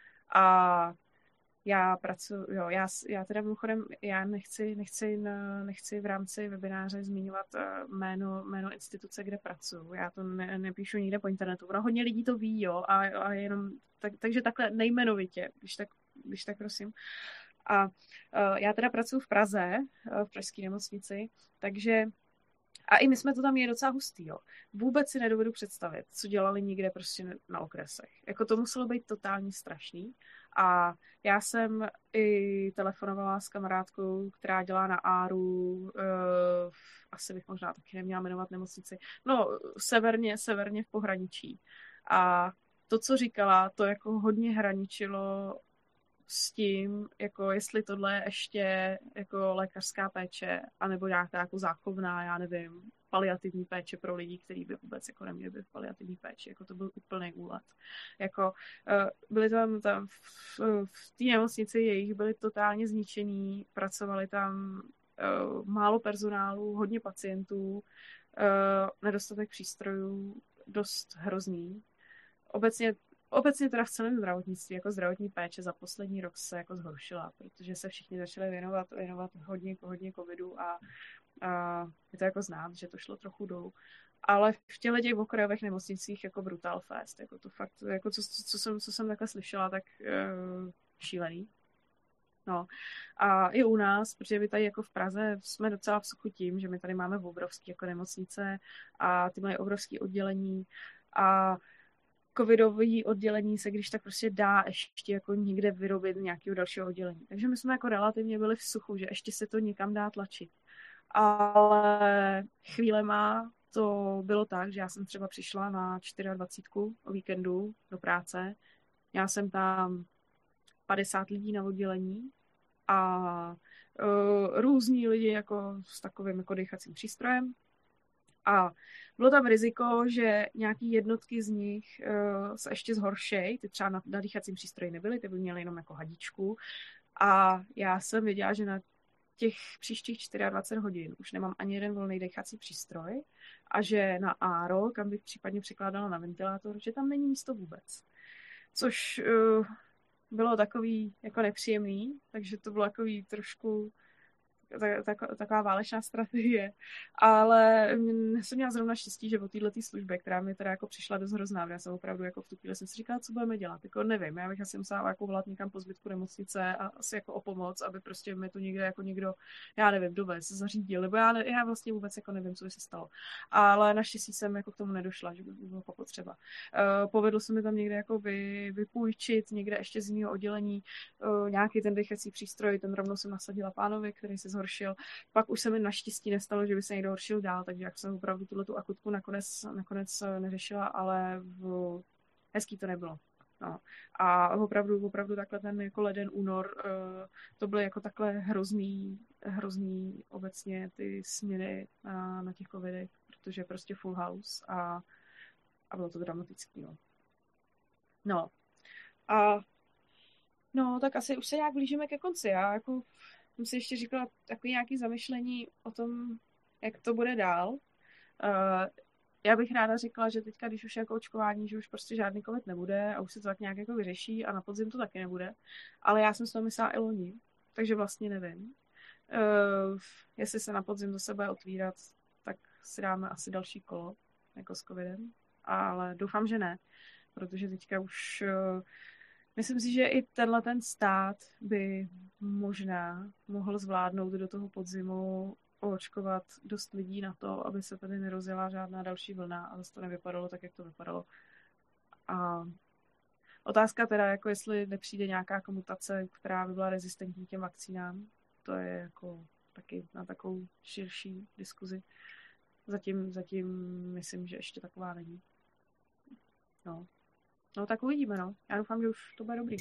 A já pracuji, jo, já, já teda mimochodem, já nechci, nechci, nechci v rámci webináře zmiňovat jméno, jméno instituce, kde pracuji. Já to ne, nepíšu nikde po internetu. No, hodně lidí to ví, jo, a, a jenom, tak, takže takhle nejmenovitě, když tak, když tak prosím. A uh, já teda pracuji v Praze, uh, v pražské nemocnici, takže a i my jsme to tam měli docela hustý, jo. Vůbec si nedovedu představit, co dělali někde prostě na okresech. Jako to muselo být totálně strašný. A já jsem i telefonovala s kamarádkou, která dělá na Áru, uh, asi bych možná taky neměla jmenovat nemocnici, no severně, severně v pohraničí. A to, co říkala, to jako hodně hraničilo s tím, jako jestli tohle je ještě jako lékařská péče, anebo nějaká jako záchovná, já nevím, paliativní péče pro lidi, kteří by vůbec jako neměli být v paliativní péči, jako to byl úplný úlet. Jako byli tam, tam v, v té nemocnici jejich byli totálně zničení, pracovali tam uh, málo personálu, hodně pacientů, uh, nedostatek přístrojů, dost hrozný. Obecně Obecně teda v celém zdravotnictví, jako zdravotní péče za poslední rok se jako zhoršila, protože se všichni začali věnovat, věnovat hodně, hodně covidu a, a je to jako znát, že to šlo trochu dolů. Ale v těchto těch okrajových nemocnicích jako brutal fest, jako to fakt, jako co, co, jsem, co jsem takhle slyšela, tak uh, šílený. No. A i u nás, protože my tady jako v Praze jsme docela v suchu tím, že my tady máme obrovské jako nemocnice a ty mají obrovské oddělení a covidové oddělení se když tak prostě dá ještě jako někde vyrobit nějakého dalšího oddělení. Takže my jsme jako relativně byli v suchu, že ještě se to někam dá tlačit. Ale chvílema to bylo tak, že já jsem třeba přišla na dvacet čtyři o víkendu do práce. Já jsem tam padesát lidí na oddělení a uh, různí lidi jako s takovým jako dýchacím přístrojem. A bylo tam riziko, že nějaký jednotky z nich uh, se ještě zhoršej, ty třeba na, na dýchacím přístroji nebyly, ty by měly jenom jako hadičku. A já jsem věděla, že na těch příštích dvacet čtyři hodin už nemám ani jeden volný dýchací přístroj a že na Áro, kam bych případně překládala na ventilátor, že tam není místo vůbec. Což uh, bylo takový jako nepříjemný, takže to bylo takový trošku tak, tak, taková válečná strategie, ale jsem měla zrovna štěstí, že o této službě, která mi teda jako přišla dost hrozná, já jsem opravdu jako v tu chvíli jsem si říkala, co budeme dělat, jako nevím, já bych asi musela jako volat někam po zbytku nemocnice a asi jako o pomoc, aby prostě mi tu někde jako někdo, já nevím, dovez, zařídil, nebo já, ne, já vlastně vůbec jako nevím, co by se stalo, ale naštěstí jsem jako k tomu nedošla, že by bylo potřeba. Uh, povedlo se mi tam někde jako vy, vypůjčit, někde ještě z jiného oddělení uh, nějaký ten dechací přístroj, ten rovnou jsem nasadila pánovi, který se zhoršil. Pak už se mi naštěstí nestalo, že by se někdo horšil dál, takže jak jsem opravdu tuhletu akutku nakonec, nakonec neřešila, ale v... hezký to nebylo. No. A opravdu, opravdu takhle ten jako leden, únor, uh, to byly jako takhle hrozný, hrozný obecně ty směny na, na těch covidech, protože prostě full house a, a bylo to dramatický. No. no. A no, tak asi už se nějak blížíme ke konci. Já jako jsem si ještě říkala takový nějaký zamyšlení o tom, jak to bude dál. Uh, já bych ráda řekla, že teďka, když už je jako očkování, že už prostě žádný covid nebude a už se to tak nějak jako vyřeší a na podzim to taky nebude. Ale já jsem s toho myslela i loni, takže vlastně nevím. Uh, jestli se na podzim do sebe otvírat, tak si dáme asi další kolo, jako s covidem. Ale doufám, že ne, protože teďka už... Uh, Myslím si, že i tenhle ten stát by možná mohl zvládnout do toho podzimu očkovat dost lidí na to, aby se tady nerozjela žádná další vlna a zase to nevypadalo tak, jak to vypadalo. A otázka teda, jako jestli nepřijde nějaká mutace, která by byla rezistentní těm vakcínám, to je jako taky na takovou širší diskuzi. Zatím, zatím myslím, že ještě taková není. No. No tak uvidíme, no. Já doufám, že už to bude dobrý.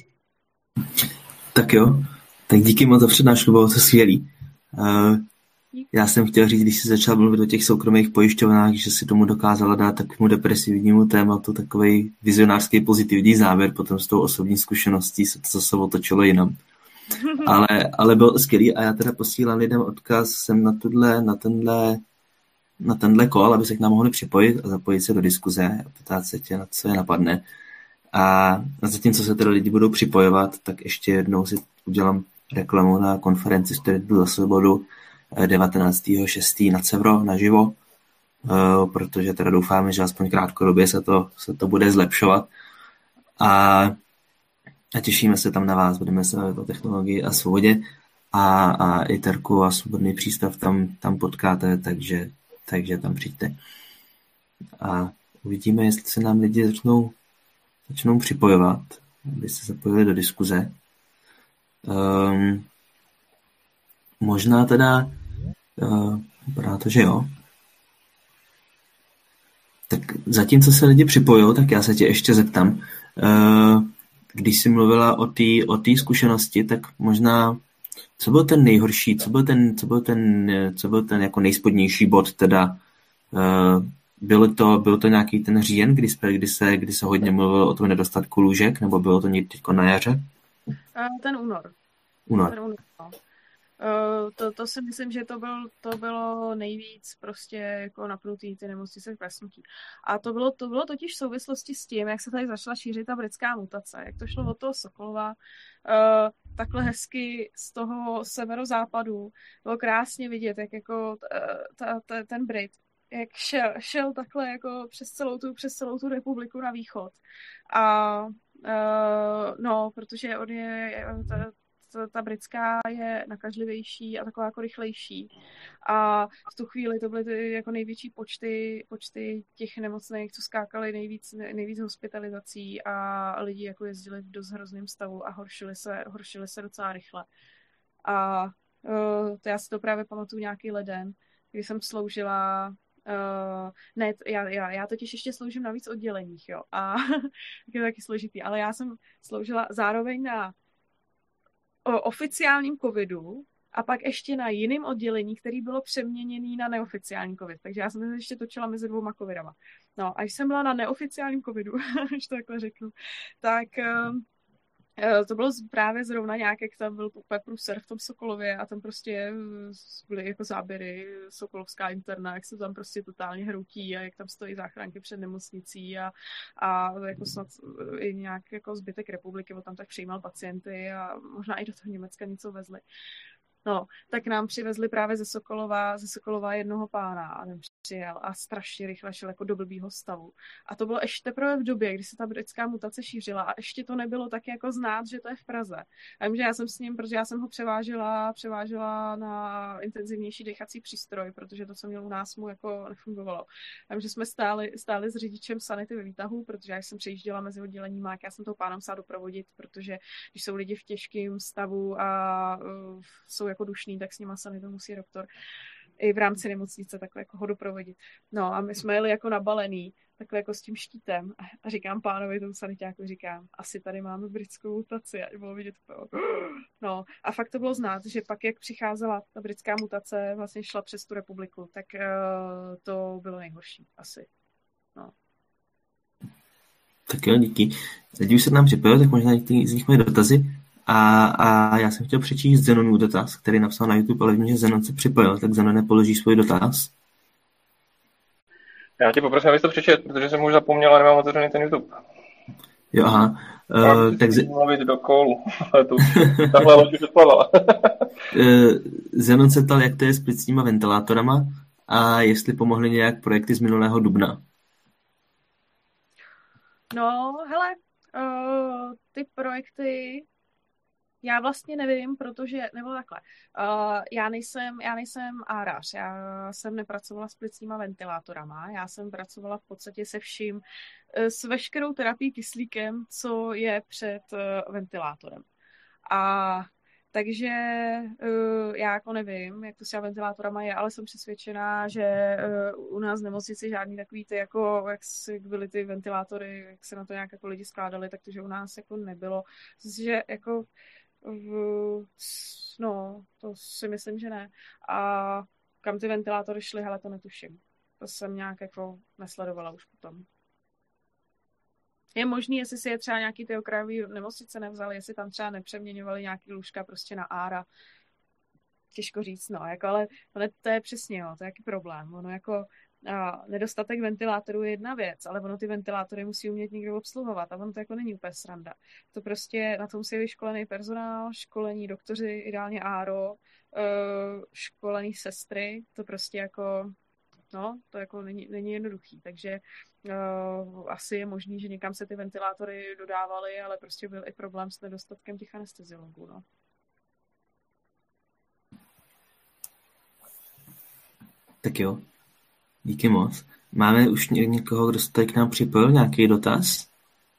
Tak jo, tak díky moc za přednášku, bylo to skvělý. Uh, já jsem chtěl říct, když jsi začal mluvit o těch soukromých pojišťovnách, že si tomu dokázala dát takovému depresivnímu tématu takovej vizionářský pozitivní závěr, potom s tou osobní zkušeností se to zase otočilo jinam. ale, ale bylo to skvělý a já teda posílám lidem odkaz sem na, tudle, na tenhle na tenhle call, aby se k nám mohli připojit a zapojit se do diskuze a ptát se tě, na co je napadne. A zatímco se teda lidi budou připojovat, tak ještě jednou si udělám reklamu na konferenci Student za svobodu devatenáctého šestého na Cevro naživo, protože teda doufáme, že aspoň krátkodobě se to, se to bude zlepšovat. A, a těšíme se tam na vás, budeme se bavit o technologii a svobodě a, a i Terku a Svobodný přístav tam, tam potkáte, takže, takže tam přijďte. A uvidíme, jestli se nám lidi začnou začnou připojovat, aby se zapojili do diskuze. Um, možná teda uh, vypadá to, že jo. Tak zatímco se lidi připojují, tak já se tě ještě zeptám. Uh, když jsi mluvila o té o té zkušenosti, tak možná co byl ten nejhorší, co byl ten, co byl ten, co byl ten jako nejspodnější bod teda uh, Bylo to, byl to nějaký ten říjen, kdy, kdy, se, kdy se hodně mluvilo o tom nedostatku lůžek, nebo bylo to někdy na jaře? Ten únor. Únor. Ten únor no. to, to si myslím, že to, byl, to bylo nejvíc prostě jako napnutý ty nemocnice k presnutí. A to bylo, to bylo totiž v souvislosti s tím, jak se tady začala šířit ta britská mutace, jak to šlo od toho Sokolova, uh, takhle hezky z toho severozápadu bylo krásně vidět, jak jako ta, ta, ten Brit jak šel, šel takhle jako přes celou tu, přes celou tu republiku na východ. A uh, no, protože on je, ta, ta, ta britská je nakažlivější a taková jako rychlejší. A v tu chvíli to byly ty jako největší počty, počty těch nemocných, co skákali nejvíc, nejvíc hospitalizací a lidi jako jezdili v dost hrozném stavu a horšili se, horšili se docela rychle. A uh, to já si to právě pamatuju nějaký leden, kdy jsem sloužila Uh, ne, já, já, já totiž ještě sloužím na víc odděleních, jo, a je to taky složitý, ale já jsem sloužila zároveň na o, oficiálním covidu a pak ještě na jiném oddělení, který bylo přeměněný na neoficiální covid, takže já jsem se ještě točila mezi dvouma covidama. No a když jsem byla na neoficiálním covidu, když to takhle řeknu, tak uh, to bylo právě zrovna nějak, jak tam byl úplně průser v tom Sokolově a tam prostě byly jako záběry sokolovská interna, jak se tam prostě totálně hroutí a jak tam stojí záchranky před nemocnicí a, a jako snad i nějak jako zbytek republiky, bo tam tak přijímal pacienty a možná i do toho Německa něco vezli. No, tak nám přivezli právě ze Sokolova, ze Sokolova jednoho pána a ten přijel a strašně rychle šel jako do blbýho stavu. A to bylo ještě teprve v době, kdy se ta britská mutace šířila a ještě to nebylo tak jako znát, že to je v Praze. A vím, že já jsem s ním, protože já jsem ho převážela, převážela na intenzivnější dechací přístroj, protože to, co měl u nás, mu jako nefungovalo. A vím, že jsme stáli, stáli s řidičem sanity ve výtahu, protože já jsem přejížděla mezi odděleníma, jak já jsem toho pána musela doprovodit, protože když jsou lidi v těžkém stavu a uh, jsou jako dušný, tak s nima sanitu musí doktor i v rámci nemocnice takhle jako ho doprovodit. No a my jsme jeli jako nabalený, takhle jako s tím štítem a říkám pánovi, tomu sanitáku říkám, asi tady máme britskou mutaci a bylo vidět to. No a fakt to bylo znát, že pak jak přicházela ta britská mutace, vlastně šla přes tu republiku, tak uh, to bylo nejhorší asi. No. Tak jo, díky. Teď už se nám připojil, tak možná některý z nich mají dotazy. A, a já jsem chtěl přečíst Zenonův dotaz, který napsal na YouTube, ale vím, že Zenon se připojil, tak Zenon nepoloží svůj dotaz. Já tě poprosím, abys to přečet, protože jsem už zapomněl a nemám otevřený ten YouTube. Jo, aha. Uh, tak z... mluvit do kolu, ale to tahle loď už odplavala. uh, Zenon se ptal, jak to je s plicníma ventilátorama a jestli pomohly nějak projekty z minulého dubna. No, hele, uh, ty projekty já vlastně nevím, protože, nebo takhle, uh, já nejsem, já nejsem árař, já jsem nepracovala s plicníma ventilátorama, já jsem pracovala v podstatě se vším, s veškerou terapií kyslíkem, co je před uh, ventilátorem. A takže uh, já jako nevím, jak to s těma ventilátorama je, ale jsem přesvědčená, že uh, u nás v nemocnici žádný takový ty, jako jak byly ty ventilátory, jak se na to nějak jako lidi skládali, tak to, že u nás jako nebylo. Myslím, že jako v, no, to si myslím, že ne. A kam ty ventilátory šly, hele, to netuším. To jsem nějak jako nesledovala už potom. Je možný, jestli si je třeba nějaký ty okrajový nemocnice nevzali, jestli tam třeba nepřeměňovali nějaký lůžka prostě na ára. Těžko říct, no, jako, ale to, ne, to je přesně, jo, to je jaký problém. Ono jako a, nedostatek ventilátorů je jedna věc, ale ono ty ventilátory musí umět někdo obsluhovat a ono to jako není úplně sranda. To prostě na tom musí vyškolený personál, školení doktoři, ideálně áro, školení sestry, to prostě jako no, to jako není, není jednoduchý, takže uh, asi je možný, že někam se ty ventilátory dodávaly, ale prostě byl i problém s nedostatkem těch anesteziologů, no. Tak jo, díky moc. Máme už ně- někoho, kdo se tady k nám připojil, nějaký dotaz?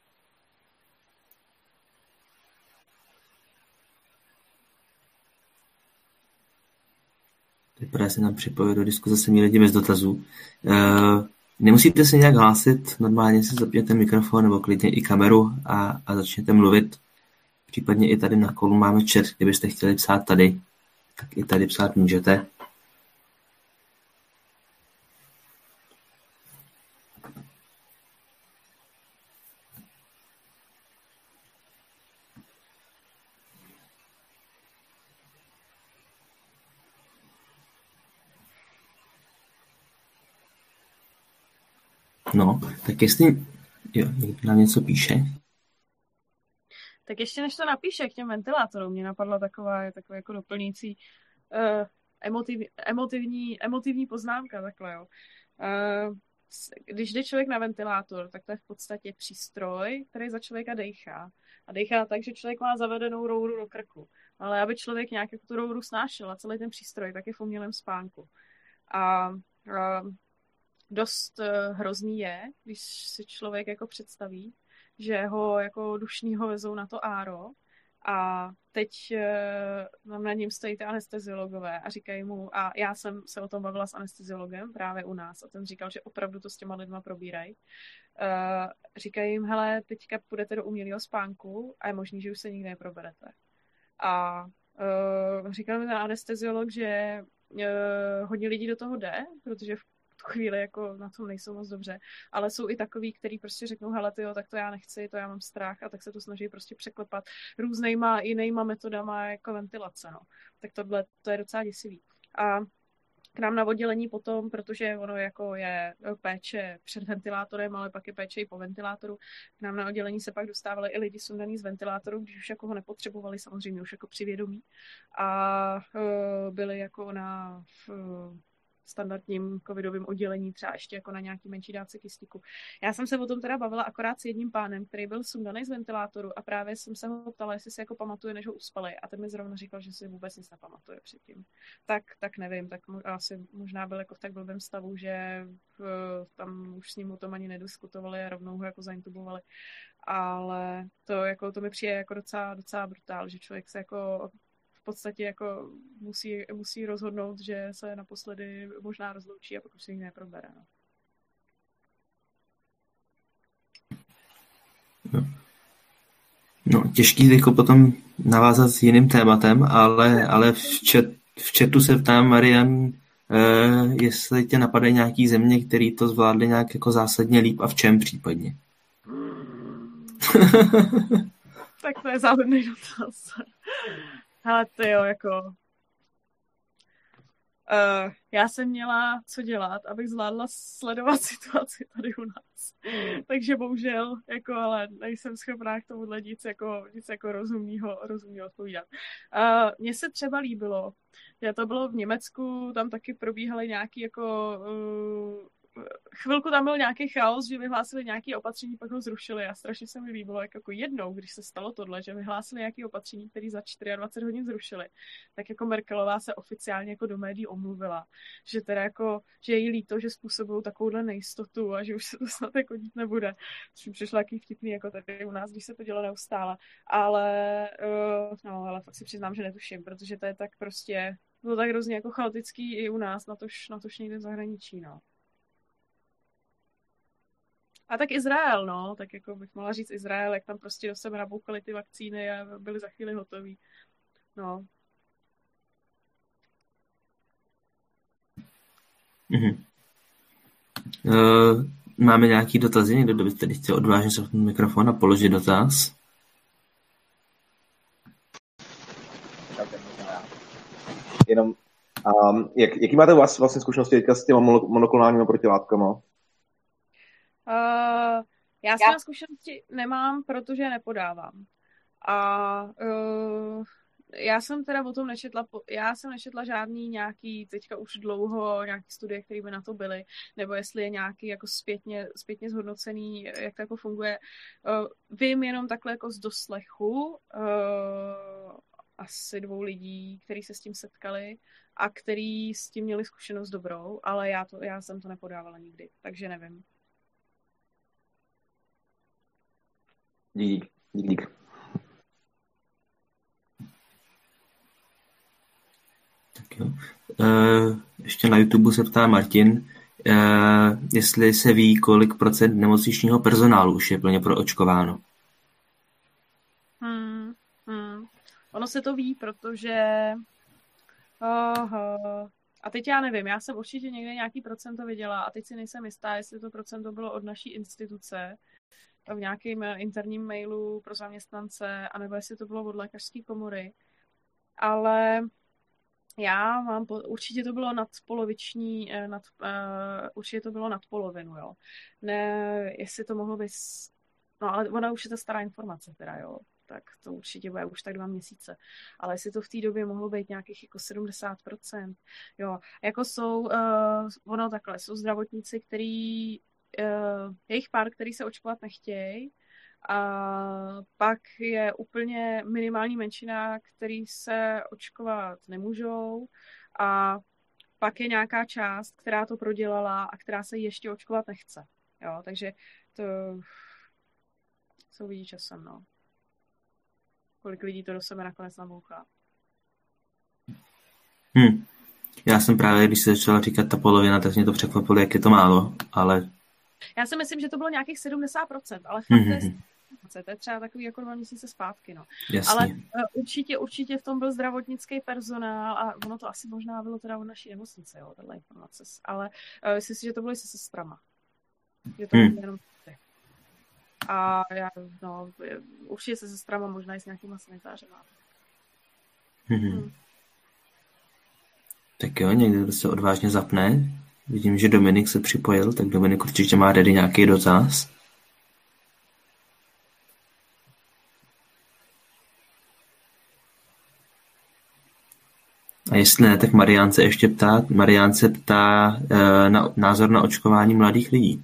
Vypadá se nám připojit do diskuze sami lidi bez dotazů. Uh, nemusíte se nějak hlásit, normálně si zapněte mikrofon nebo klidně i kameru a, a začněte mluvit. Případně i tady na kolu máme chat, kdybyste chtěli psát tady, tak i tady psát můžete. No, tak jestli jo, někdo nám něco píše. Tak ještě než to napíše k těm ventilátorům, mě napadla taková, taková jako doplňující uh, emotiv, emotivní, emotivní poznámka, takhle, jo. Uh, když jde člověk na ventilátor, tak to je v podstatě přístroj, který za člověka dejchá. A dejchá tak, že člověk má zavedenou rouru do krku. Ale aby člověk nějak jako tu rouru snášel a celý ten přístroj, tak je v umělém spánku. A uh, dost uh, hrozný je, když si člověk jako představí, že ho jako dušnýho vezou na to áro a teď uh, na něm stojí ty anesteziologové a říkají mu, a já jsem se o tom bavila s anesteziologem právě u nás a ten říkal, že opravdu to s těma lidma probírají. Uh, říkají jim, hele, teďka půjdete do umělého spánku a je možný, že už se nikdy neproberete. A uh, říkal mi ten anesteziolog, že uh, hodně lidí do toho jde, protože v tu chvíli jako na tom nejsou moc dobře, ale jsou i takový, kteří prostě řeknou, hele tyjo, tak to já nechci, to já mám strach a tak se to snaží prostě překlepat různýma jinýma metodama jako ventilace, no. Tak tohle, to je docela děsivý. A k nám na oddělení potom, protože ono jako je péče před ventilátorem, ale pak je péče i po ventilátoru. K nám na oddělení se pak dostávali i lidi sundaný z ventilátoru, když už jako ho nepotřebovali, samozřejmě už jako při vědomí. A uh, byli jako na uh, standardním covidovém oddělení, třeba ještě jako na nějaký menší dávce kyslíku. Já jsem se o tom teda bavila akorát s jedním pánem, který byl sundaný z ventilátoru a právě jsem se ho ptala, jestli si jako pamatuje, než ho uspali. A ten mi zrovna říkal, že si vůbec nic nepamatuje předtím. Tak, tak nevím, tak asi možná byl jako v tak blbém stavu, že v, tam už s ním o tom ani nediskutovali a rovnou ho jako zaintubovali. Ale to, jako, to mi přijde jako docela, docela brutál, že člověk se jako v podstatě jako musí, musí rozhodnout, že se naposledy možná rozloučí a pak už se jich neprobere. No. No, těžký jako potom navázat s jiným tématem, ale, ale v, chat, v chatu se ptám, Marian, eh, jestli tě napadají nějaký země, který to zvládly nějak jako zásadně líp a v čem případně? Tak to je záhodný dotaz. Ale to jo, jako... Uh, já jsem měla co dělat, abych zvládla sledovat situaci tady u nás. Takže bohužel, jako, ale nejsem schopná k tomuhle nic jako, nic jako rozumného, rozumného odpovídat. Uh, mně se třeba líbilo, že to bylo v Německu, tam taky probíhaly nějaký jako... Uh, chvilku tam byl nějaký chaos, že vyhlásili nějaké opatření, pak ho zrušili a strašně se mi líbilo, jak jako jednou, když se stalo tohle, že vyhlásili nějaké opatření, které za dvacet čtyři hodin zrušili, tak jako Merkelová se oficiálně jako do médií omluvila, že teda jako, že je jí líto, že způsobují takovouhle nejistotu a že už se to snad jako dít nebude. Což mi přišlo jaký vtipný, jako tady u nás, když se to dělo neustále. Ale, uh, no, ale fakt si přiznám, že netuším, protože to je tak prostě, bylo tak hrozně jako chaotický i u nás, natož, natož někde v zahraničí, no. A tak Izrael, no, tak jako bych mohla říct Izrael, jak tam prostě do sebe nabouchali ty vakcíny a byly za chvíli hotový. No. Mm-hmm. Uh, máme nějaký dotazy? Někdo by tedy chtěl odvážně zapnout mikrofon a položit dotaz? Jenom, um, jak, jaký máte vás vlastně zkušenosti teďka s těma monoklonálními protilátkama? Uh, já s těma zkušenosti nemám, protože nepodávám. A uh, já jsem teda o tom nečetla, já jsem nečetla žádný nějaký, teďka už dlouho, nějaký studie, které by na to byly, nebo jestli je nějaký jako zpětně, zpětně zhodnocený, jak to jako funguje. Uh, vím jenom takhle jako z doslechu uh, asi dvou lidí, kteří se s tím setkali a který s tím měli zkušenost dobrou, ale já, to, já jsem to nepodávala nikdy, takže nevím. Dík, dík, dík. Tak jo. Uh, ještě na YouTube se ptá Martin, uh, jestli se ví, kolik procent nemocničního personálu už je plně proočkováno. Hmm, hmm. Ono se to ví, protože... Oh, oh. A teď já nevím, já jsem určitě někde nějaký procento viděla a teď si nejsem jistá, jestli to procento bylo od naší instituce, v nějakém interním mailu pro zaměstnance, anebo jestli to bylo od lékařské komory. Ale já mám, po, určitě to bylo nad poloviční, nad, uh, určitě to bylo nad polovinu, jo. Ne, jestli to mohlo být, no ale ona už je to stará informace teda, jo. Tak to určitě bude už tak dva měsíce. Ale jestli to v té době mohlo být nějakých jako sedmdesát procent, jo. Jako jsou, uh, ono takhle, jsou zdravotníci, který Uh, je jich pár, který se očkovat nechtějí a pak je úplně minimální menšina, který se očkovat nemůžou a pak je nějaká část, která to prodělala a která se ještě očkovat nechce. Jo, takže to se uvidí časem, no. Kolik lidí to do sebe nakonec nabouchá. Hm. Já jsem právě, když se začala říkat ta polovina, tak mě to překvapilo, jak je to málo, ale já si myslím, že to bylo nějakých sedmdesát procent, ale fakt mm-hmm. to, je, to je třeba takový jako dva měsíce zpátky, no. Jasně. Ale uh, určitě, určitě v tom byl zdravotnický personál a ono to asi možná bylo teda od naší nemocnice, jo, tato informace. Ale uh, myslím si, že to bylo i se sestrama. Že to hmm. jenom a já, no, určitě se sestrama, možná i s nějakýma sanitářema. Mm-hmm. Hmm. Tak jo, někdo se odvážně zapne. Vidím, že Dominik se připojil, tak Dominik určitě má tady nějaký dotaz. A jestli ne, tak Marián se ještě ptá, Marián se ptá e, na názor na očkování mladých lidí.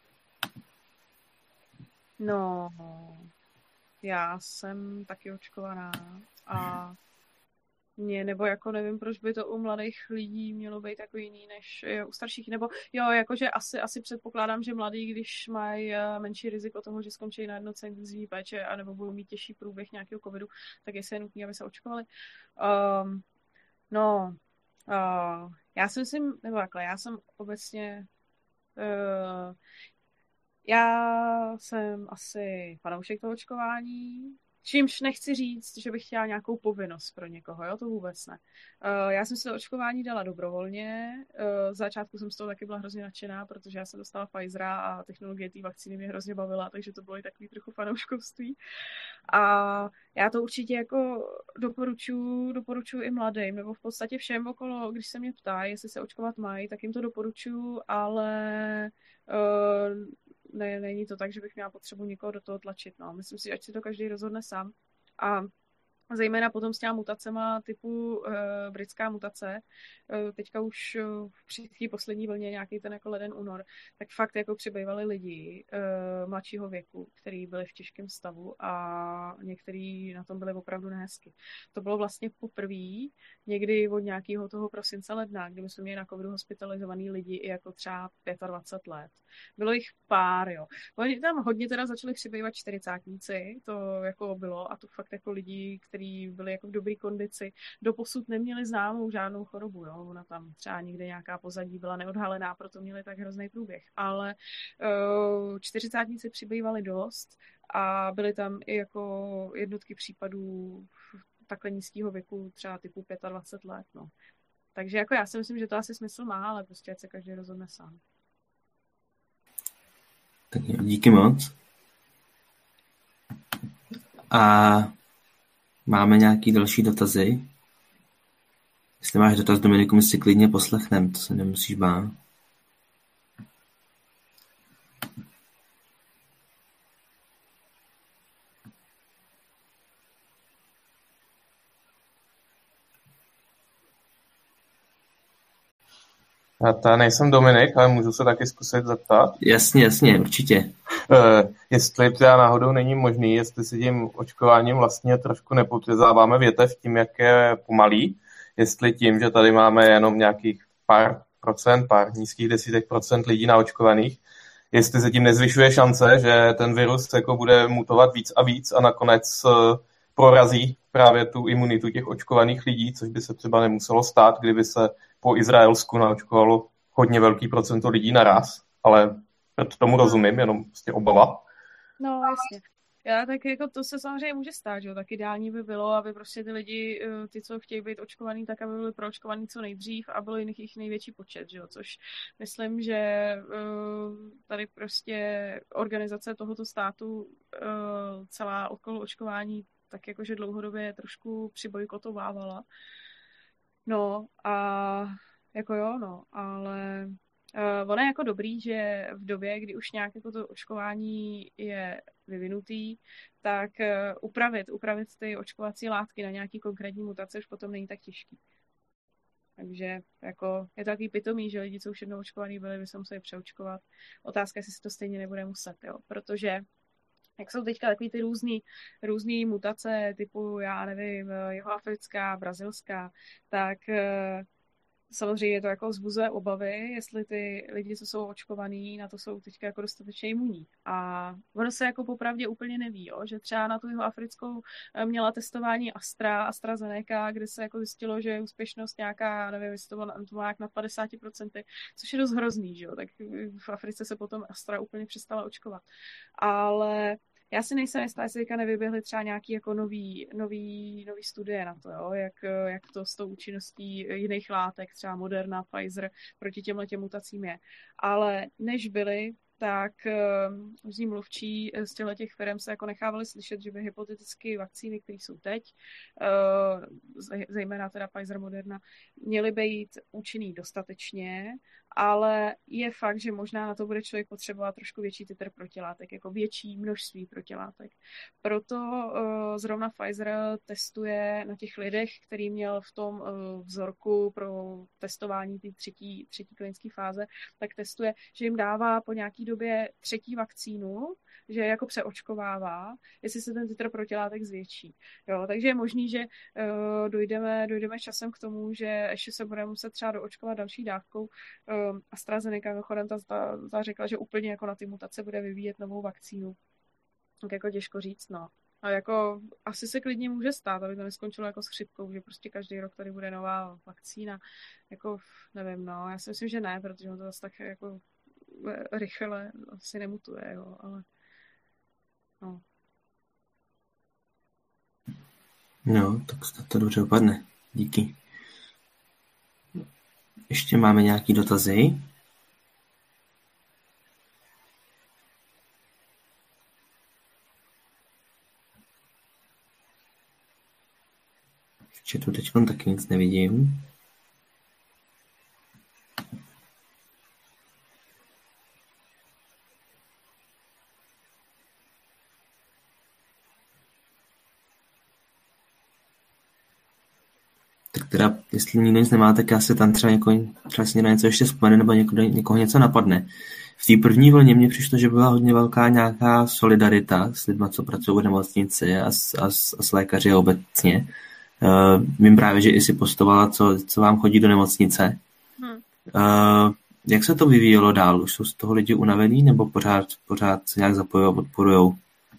No, já jsem taky očkovaná a mě, nebo jako nevím, proč by to u mladých lidí mělo být jako jiný než u starších, nebo jo, jakože asi, asi předpokládám, že mladí, když mají menší riziko toho, že skončí na jednotce intenzivní péče, anebo budou mít těžší průběh nějakého covidu, tak jestli je nutné, aby se očkovali. Um, no, uh, já si myslím, nebo takhle, já jsem obecně uh, já jsem asi fanoušek toho očkování, čímž nechci říct, že bych chtěla nějakou povinnost pro někoho, jo, to vůbec ne. Uh, já jsem si to očkování dala dobrovolně, uh, v začátku jsem z toho taky byla hrozně nadšená, protože já jsem dostala Pfizera a technologie té vakcíny mě hrozně bavila, takže to bylo i takový trochu fanouškovství. A já to určitě jako doporučuji, doporučuji i mladým, nebo v podstatě všem okolo, když se mě ptají, jestli se očkovat mají, tak jim to doporučuji, ale uh, ne, není to tak, že bych měla potřebu někoho do toho tlačit. No. Myslím si, ať si to každý rozhodne sám. A zejména potom s těma mutacema typu uh, britská mutace, uh, teďka už uh, při té poslední vlně nějaký ten jako leden únor, tak fakt jako přibývali lidi uh, mladšího věku, kteří byli v těžkém stavu a někteří na tom byli opravdu nehezky. To bylo vlastně poprvé někdy od nějakého toho prosince ledna, kdy my jsme měli na covidu hospitalizovaný lidi i jako třeba dvacet pět let. Bylo jich pár, jo. Oni tam hodně teda začali přibývat čtyřicátníci, to jako bylo a to fakt jako lidi, kteří byli jako v dobré kondici, doposud neměli známou žádnou chorobu, jo. Ona tam třeba někde nějaká pozadí byla neodhalená, proto měli tak hrozný průběh. Ale uh, čtyřicátníci přibývali dost a byly tam i jako jednotky případů takhle nízkého věku, třeba typu dvacet pět let, no. Takže jako já si myslím, že to asi smysl má, ale prostě ať se každý rozhodne sám. Tak jo, díky moc. A máme nějaký další dotazy? Jestli máš dotaz, Dominiku, my si klidně poslechnem, to se nemusíš bát. Já tady nejsem Dominik, ale můžu se taky zkusit zeptat. Jasně, jasně, určitě. Uh, jestli teda náhodou není možný, jestli si tím očkováním vlastně trošku nepodřezáváme větev tím, jak je pomalý, jestli tím, že tady máme jenom nějakých pár procent, pár nízkých desítek procent lidí naočkovaných, jestli se tím nezvyšuje šance, že ten virus jako bude mutovat víc a víc a nakonec uh, prorazí právě tu imunitu těch očkovaných lidí, což by se třeba nemuselo stát, kdyby se po Izraelsku naočkovalo hodně velký procento lidí naraz, ale tomu rozumím, jenom prostě obava. No, jasně. Já, tak jako to se samozřejmě může stát, že jo, tak ideální by bylo, aby prostě ty lidi, ty, co chtějí být očkovaný, tak aby byli proočkovaný co nejdřív a bylo jich jich největší počet, že jo, což myslím, že tady prostě organizace tohoto státu celá okolo očkování tak jakože dlouhodobě trošku přibojkotovávala. No a jako jo, no, ale uh, ono je jako dobrý, že v době, kdy už nějak jako to očkování je vyvinutý, tak uh, upravit, upravit ty očkovací látky na nějaký konkrétní mutace už potom není tak těžký. Takže jako je to takový pitomý, že lidi, co už jednou očkovaný byli, by se museli přeočkovat. Otázka, jestli si to stejně nebude muset, jo, protože jak jsou teďka takový ty různý, různý mutace typu, já nevím, jihoafrická, brazilská, tak samozřejmě to jako vzbuzuje obavy, jestli ty lidi, co jsou očkovaný, na to jsou teďka jako dostatečně imunní. A ono se jako popravdě úplně neví, jo? Že třeba na tu jihoafrickou měla testování Astra, AstraZeneca, kde se jako zjistilo, že je úspěšnost nějaká, nevím, jestli to bylo nějak nad padesát procent, což je dost hrozný, že jo? Tak v Africe se potom Astra úplně přestala očkovat. Ale já si nejsem jistá, jestli teďka nevyběhly třeba nějaký jako nový, nový, nový studie na to, jo? Jak, jak to s tou účinností jiných látek, třeba Moderna, Pfizer, proti těmhle těm mutacím je. Ale než byly, tak různí uh, mluvčí z těchto těch firm se jako nechávali slyšet, že by hypoteticky vakcíny, které jsou teď, uh, zejména teda Pfizer, Moderna, měly být účinný dostatečně, ale je fakt, že možná na to bude člověk potřebovat trošku větší titr protilátek, jako větší množství protilátek. Proto uh, zrovna Pfizer testuje na těch lidech, který měl v tom uh, vzorku pro testování té třetí, třetí klinické fáze, tak testuje, že jim dává po nějaký době třetí vakcínu, že jako přeočkovává, jestli se ten titr protilátek zvětší. Jo, takže je možný, že uh, dojdeme, dojdeme časem k tomu, že ještě se budeme muset třeba doočkovat další dávkou. Uh, AstraZeneca mimochodem ta, ta, ta řekla, že úplně jako na ty mutace bude vyvíjet novou vakcínu. Tak jako těžko říct, no. A jako asi se klidně může stát, aby to neskončilo jako s chřipkou, že prostě každý rok tady bude nová vakcína. Jako nevím, no, já si myslím, že ne, protože on to zase tak jako rychle asi nemutuje, jo, ale no. No, tak to dobře dopadne. Díky. Ještě máme nějaký dotazy? V chatu teď taky nic nevidím. Tak teda, jestli nikdo nic nemá, tak já se tam třeba, někoho, třeba si někdo něco ještě vzpomene, nebo někoho, někoho něco napadne. V té první vlně mně přišlo, že byla hodně velká nějaká solidarita s lidmi, co pracují v nemocnici a s, a s, a s lékaři obecně. Uh, vím právě, že i si postovala, co, co vám chodí do nemocnice. Hmm. Uh, jak se to vyvíjelo dál? Už jsou z toho lidi unavený, nebo pořád, pořád se nějak zapojují a podporujou?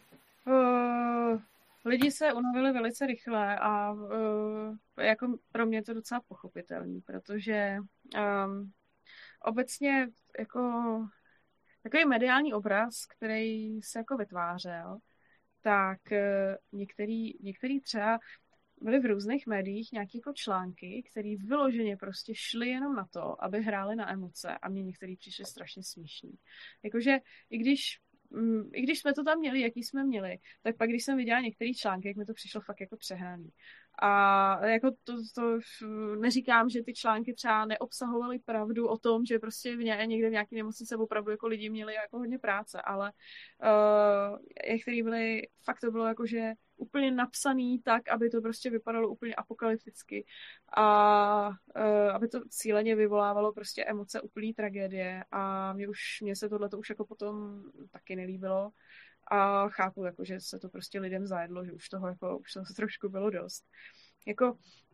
Uh, lidi se unavili velice rychle a uh, jako pro mě je to docela pochopitelný, protože um, obecně jako takový mediální obraz, který se jako vytvářel, tak uh, některý, některý třeba byly v různých médiích nějaké jako články, které vyloženě prostě šly jenom na to, aby hrály na emoce a mně některý přišly strašně směšný. Jakože i když, mm, i když jsme to tam měli, jaký jsme měli, tak pak když jsem viděla některé články, jak mi to přišlo fakt jako přehnaný. A jako to, to neříkám, že ty články třeba neobsahovaly pravdu o tom, že prostě v ně, někde v nějaké nemocnici opravdu jako lidi měli jako hodně práce, ale uh, některý byly, fakt to bylo jako, že úplně napsaný tak, aby to prostě vypadalo úplně apokalypticky a uh, aby to cíleně vyvolávalo prostě emoce úplný tragédie a mě už, mně se tohleto už jako potom taky nelíbilo. A chápu, jako, že se to prostě lidem zajedlo, že už toho, jako, už toho trošku bylo dost. Jako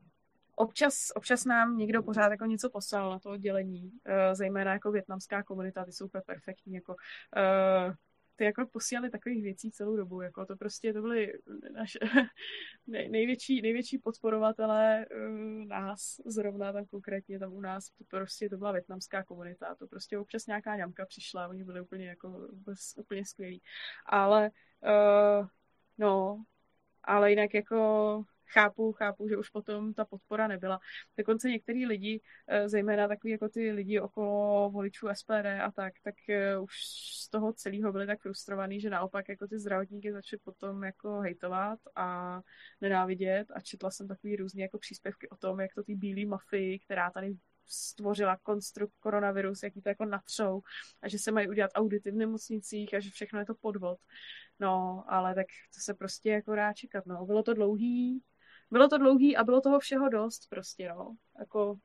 občas, občas nám někdo pořád jako něco poslal na to oddělení, uh, zejména jako vietnamská komunita, ty jsou úplně perfektní, jako uh, ty jako posílali takových věcí celou dobu, jako to prostě, to byly naše nej, největší, největší podporovatelé uh, nás, zrovna tam konkrétně tam u nás, to prostě to byla vietnamská komunita, to prostě občas nějaká ňamka přišla, oni byli úplně jako úplně skvělí, ale uh, no, ale jinak jako chápu, chápu, že už potom ta podpora nebyla. Dokonce některý lidi, zejména takový jako ty lidi okolo voličů S P D a tak, tak už z toho celého byli tak frustrovaný, že naopak jako ty zdravotníky začaly potom jako hejtovat a nenávidět a četla jsem takový různý jako příspěvky o tom, jak to ty bílý mafii, která tady stvořila konstrukt koronavirus, jaký to jako natřou a že se mají udělat audity v nemocnicích a že všechno je to podvod. No, ale tak to se prostě jako dá čekat, no. Bylo to dlouhý, bylo to dlouhý a bylo toho všeho dost prostě, no. Jako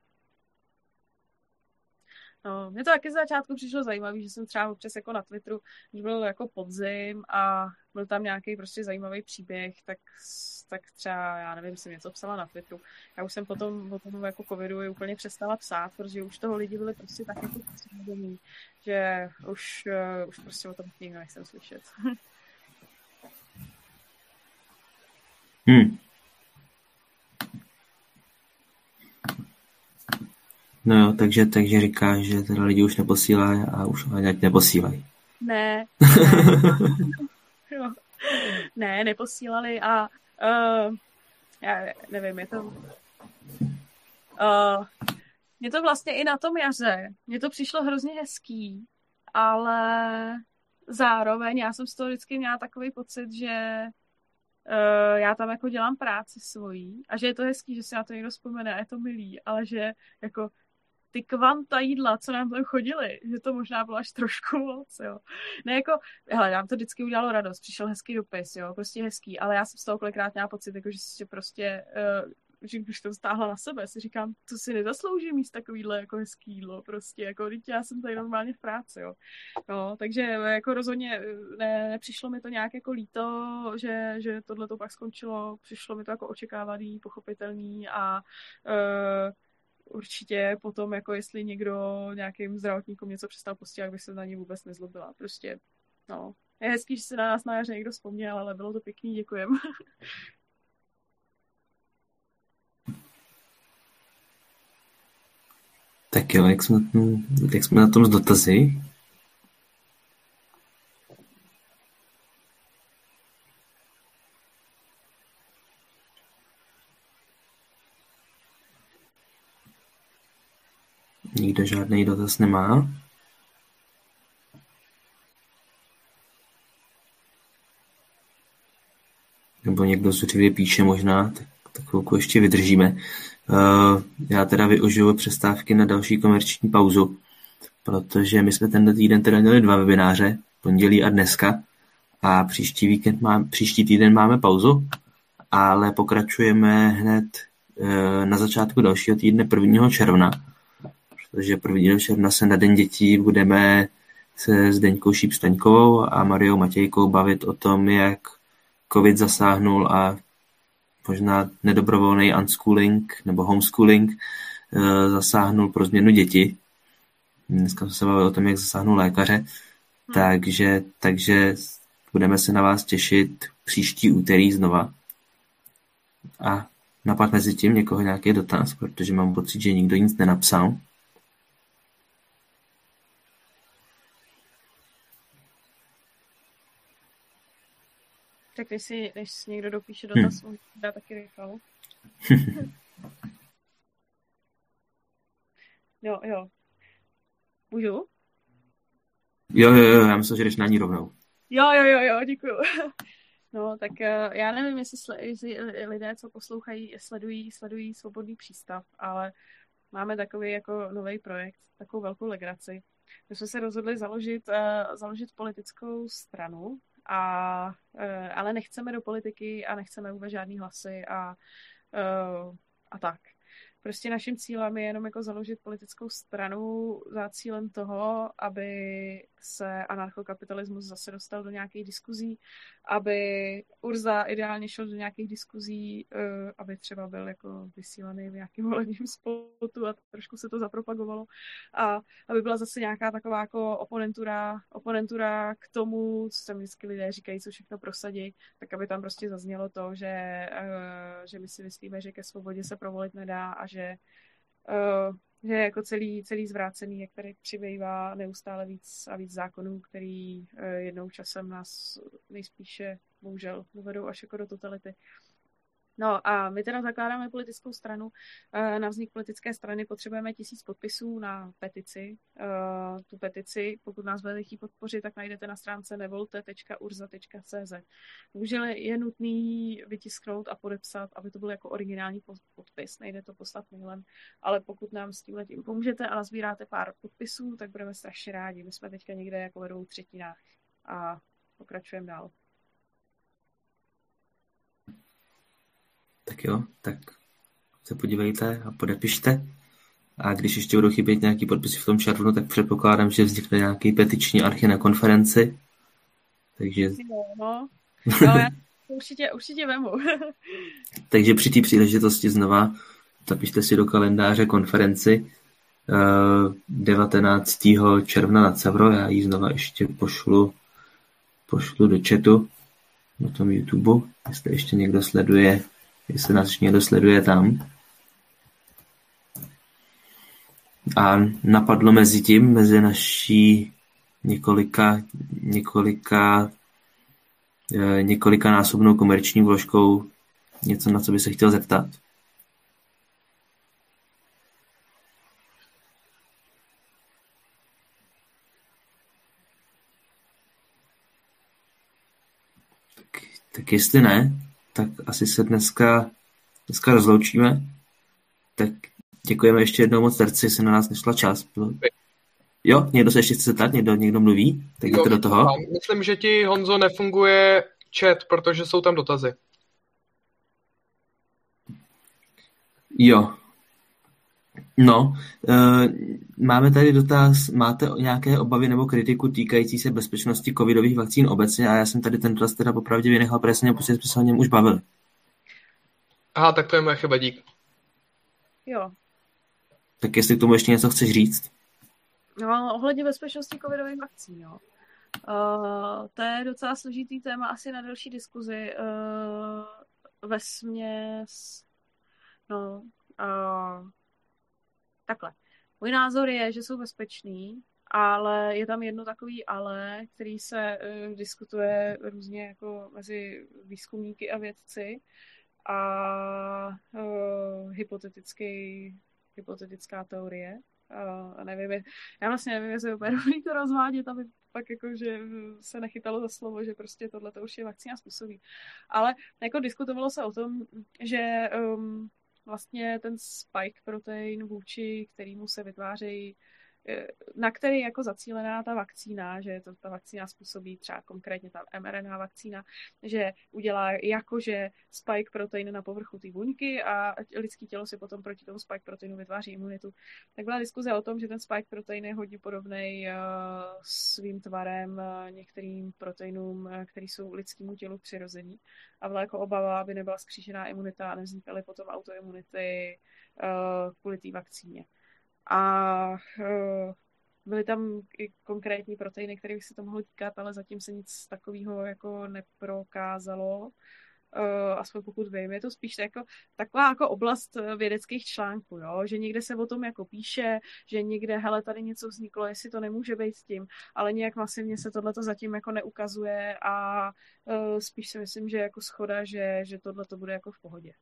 no, mně to taky z začátku přišlo zajímavé, že jsem třeba občas jako na Twitteru, když byl jako podzim a byl tam nějaký prostě zajímavý příběh, tak, tak třeba, já nevím, jsem něco psala na Twitteru. Já už jsem potom o tom jako covidu je úplně přestala psát, protože už toho lidi byli prostě tak jako posvědomí, že už, uh, už prostě o tom nikdo nechcem slyšet. Hmm. No jo, takže, takže říkáš, že teda lidi už neposílají a už nějak neposílají. Ne. ne. ne, neposílali a uh, já nevím, je to uh, mě to vlastně i na tom jaře, mně to přišlo hrozně hezký ale zároveň já jsem z toho vždycky měla takový pocit, že uh, já tam jako dělám práci svojí a že je to hezký, že si na to někdo vzpomene a je to milý, ale že jako ty kvanta jídla, co nám tam chodili, že to možná bylo až trošku moc, jo. Ne jako, hele, nám to vždycky udělalo radost, přišel hezký dopis, jo, prostě hezký, ale já jsem z toho kolikrát měla pocit, jako, že si prostě, uh, že když to stáhla na sebe, si říkám, to si nezaslouží mít takovýhle jako hezký jídlo, prostě, jako, teď já jsem tady normálně v práci, jo. No, takže jako rozhodně ne, nepřišlo mi to nějak jako líto, že, že tohle to pak skončilo, přišlo mi to jako očekávaný, pochopitelný a uh, určitě potom, jako jestli někdo nějakým zdravotníkům něco přestal postíhat, jak by se na ně vůbec nezlobila. Prostě, no. Je hezký, že se na nás na jaře někdo vzpomněl, ale bylo to pěkný, děkujem. Tak jo, jak jsme, jak jsme na tom s dotazy? Nikdo žádný dotaz nemá. Nebo někdo zuřivě píše možná, tak, tak chvilku ještě vydržíme. Uh, já teda využiju přestávky na další komerční pauzu, protože my jsme tenhle týden teda měli dva webináře, pondělí a dneska, a příští víkend má, příští týden máme pauzu, ale pokračujeme hned uh, na začátku dalšího týdne prvního června, protože prvního června se na Den dětí budeme se Zdeňkou Šípstaňkovou a Mariou Matějkou bavit o tom, jak covid zasáhnul a možná nedobrovolný unschooling nebo homeschooling e, zasáhnul pro změnu děti. Dneska jsme se bavili o tom, jak zasáhnul lékaře, hmm. takže, takže budeme se na vás těšit příští úterý znova. A napad mezi tím někoho nějaký dotaz, protože mám pocit, že nikdo nic nenapsal. Tak než si, než si někdo dopíše dotaz, hmm. dá taky rychle. jo, jo. Můžu? Jo, jo, jo, já myslím, že jdeš na ní rovnou. Jo, jo, jo, jo, děkuju. No, tak uh, já nevím, jestli, sl- jestli lidé, co poslouchají, sledují, sledují Svobodný přístav, ale máme takový jako nový projekt, takovou velkou legraci. My jsme se rozhodli založit, uh, založit politickou stranu, A, ale nechceme do politiky a nechceme vůbec žádný hlasy a, a tak. Prostě naším cílem je jenom jako založit politickou stranu za cílem toho, aby se anarchokapitalismus zase dostal do nějakých diskuzí, aby Urza ideálně šel do nějakých diskuzí, aby třeba byl jako vysílaný v nějakém volebním spotu a trošku se to zapropagovalo a aby byla zase nějaká taková jako oponentura, oponentura k tomu, co se vždycky lidé říkají, co všechno prosadí, tak aby tam prostě zaznělo to, že, že my si myslíme, že ke svobodě se provolit nedá a že, uh, že jako celý, celý zvrácený, jak tady přibývá neustále víc a víc zákonů, který uh, jednou časem nás nejspíše bohužel dovedou až jako do totality. No a my teda zakládáme politickou stranu. Na vznik politické strany potřebujeme tisíc podpisů na petici. Tu petici, pokud nás budete chtít podpořit, tak najdete na stránce nevolte tečka urza tečka cé zet. Bohužel je nutný vytisknout a podepsat, aby to byl jako originální podpis. Nejde to poslat mailem, ale pokud nám s tímhletím pomůžete a nazbíráte pár podpisů, tak budeme strašně rádi. My jsme teďka někde jako ve dvou třetinách a pokračujeme dál. Tak jo, tak se podívejte a podepište. A když ještě budou chybět nějaký podpisy v tom červnu, tak předpokládám, že vznikne nějaký petiční archy na konferenci. Takže... Jo, no. No, já určitě, určitě vemu. Takže při té příležitosti znova zapište si do kalendáře konferenci devatenáctého června na Cavro. Já ji znova ještě pošlu, pošlu do chatu na tom YouTube, jestli ještě někdo sleduje, jestli nás ještě někdo sleduje tam. A napadlo mezi tím, mezi naší několika, několika, několika násobnou komerční vložkou něco, na co by se chtěl zeptat. Tak jestli ne, tak asi se dneska, dneska rozloučíme. Tak děkujeme ještě jednou moc Terci, že se na nás nešla čas. Bylo... Jo, někdo se ještě chce zeptat, někdo, někdo mluví, tak jděte do toho. Myslím, že ti, Honzo, nefunguje chat, protože jsou tam dotazy. Jo. No, e, máme tady dotaz, máte nějaké obavy nebo kritiku týkající se bezpečnosti covidových vakcín obecně a já jsem tady ten dotaz teda popravdě vynechal, protože jsem měl, jsme se o něm už bavili. Aha, tak to je moje chyba, dík. Jo. Tak jestli k tomu ještě něco chceš říct? No, ohledně bezpečnosti covidových vakcín, jo. Uh, to je docela složitý téma, asi na další diskuzi. Uh, vesměs, no, uh, takhle. Můj názor je, že jsou bezpečný, ale je tam jedno takový ale, který se uh, diskutuje různě jako mezi výzkumníky a vědci a uh, hypotetický, hypotetická teorie. Uh, nevím, já vlastně nevím, jestli je úplně dobrý to rozvádět, aby pak jako, že se nechytalo za slovo, že prostě tohle to už je vakcína způsobí. Ale jako diskutovalo se o tom, že um, vlastně ten spike protein vůči kterému se vytvářejí, na který je jako zacílená ta vakcína, že to, ta vakcína způsobí třeba konkrétně ta mRNA vakcína, že udělá jakože spike protein na povrchu té buňky a lidské tělo si potom proti tomu spike proteinu vytváří imunitu. Tak byla diskuze o tom, že ten spike protein je hodně podobný uh, svým tvarem uh, některým proteinům, uh, který jsou lidskému tělu přirozený. A byla jako obava, aby nebyla skřížená imunita a nevznikaly potom autoimunity uh, kvůli té vakcíně. A uh, byly tam i konkrétní proteiny, které by se to mohlo týkat, ale zatím se nic takového jako neprokázalo. Uh, aspoň pokud vím, je to spíš jako taková jako oblast vědeckých článků, jo? Že někde se o tom jako píše, že někde, hele, tady něco vzniklo, jestli to nemůže být s tím, ale nějak masivně se tohleto zatím jako neukazuje a uh, spíš si myslím, že jako shoda, že, že tohleto bude jako v pohodě.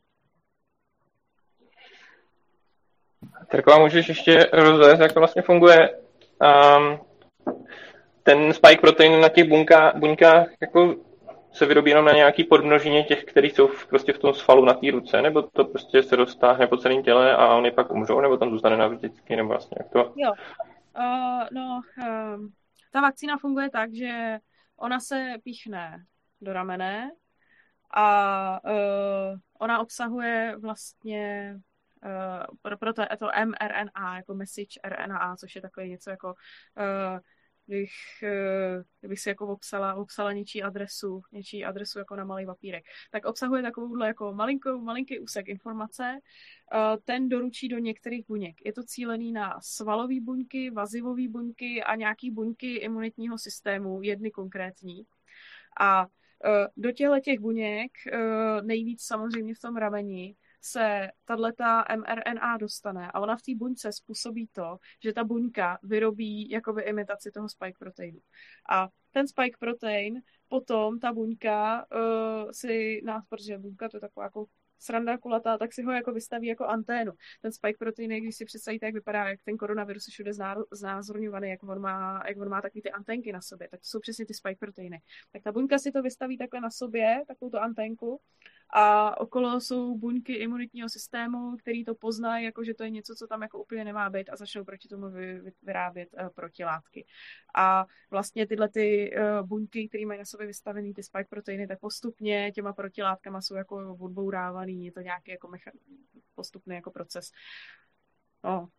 Terková, můžeš ještě rozvést, jak to vlastně funguje? Um, ten spike protein na těch bunka, buňkách jako se vyrobí jenom na nějaký podmnožině těch, který jsou v, prostě v tom svalu na té ruce, nebo to prostě se roztáhne po celém těle a oni pak umřou, nebo tam zůstane navždycky, nebo vlastně jak to? Jo, uh, no, um, ta vakcína funguje tak, že ona se píchne do ramene a uh, ona obsahuje vlastně Uh, pro, pro to je to mRNA, jako message R N A, což je takový něco jako, uh, kdybych, uh, kdybych si jako obsala, obsala něčí adresu, něčí adresu jako na malý papírek, tak obsahuje takovouhle jako malinkou, malinký úsek informace, uh, ten doručí do některých buněk. Je to cílený na svalové buňky, vazivové buňky a nějaký buňky imunitního systému, jedny konkrétní. A uh, do těchto těch buněk, uh, nejvíc samozřejmě v tom rameni, se tato mRNA dostane a ona v té buňce způsobí to, že ta buňka vyrobí jakoby imitaci toho spike proteinu. A ten spike protein potom ta buňka uh, si nás, protože buňka to je taková jako sranda kulatá, tak si ho jako vystaví jako anténu. Ten spike protein, když si představíte, jak vypadá, jak ten koronavirus je všude znázorňovaný, jak on má, jak on má takový ty anténky na sobě, tak to jsou přesně ty spike proteiny. Tak ta buňka si to vystaví takhle na sobě, takovou tu anténku, a okolo jsou buňky imunitního systému, který to poznají, jako že to je něco, co tam jako úplně nemá být a začnou proti tomu vy, vy, vyrábět uh, protilátky. A vlastně tyhle ty uh, buňky, které mají na sobě vystavený ty spike proteiny, tak postupně těma protilátkama jsou jako odbourávaný, je to nějaký jako mecha- postupný jako proces. No.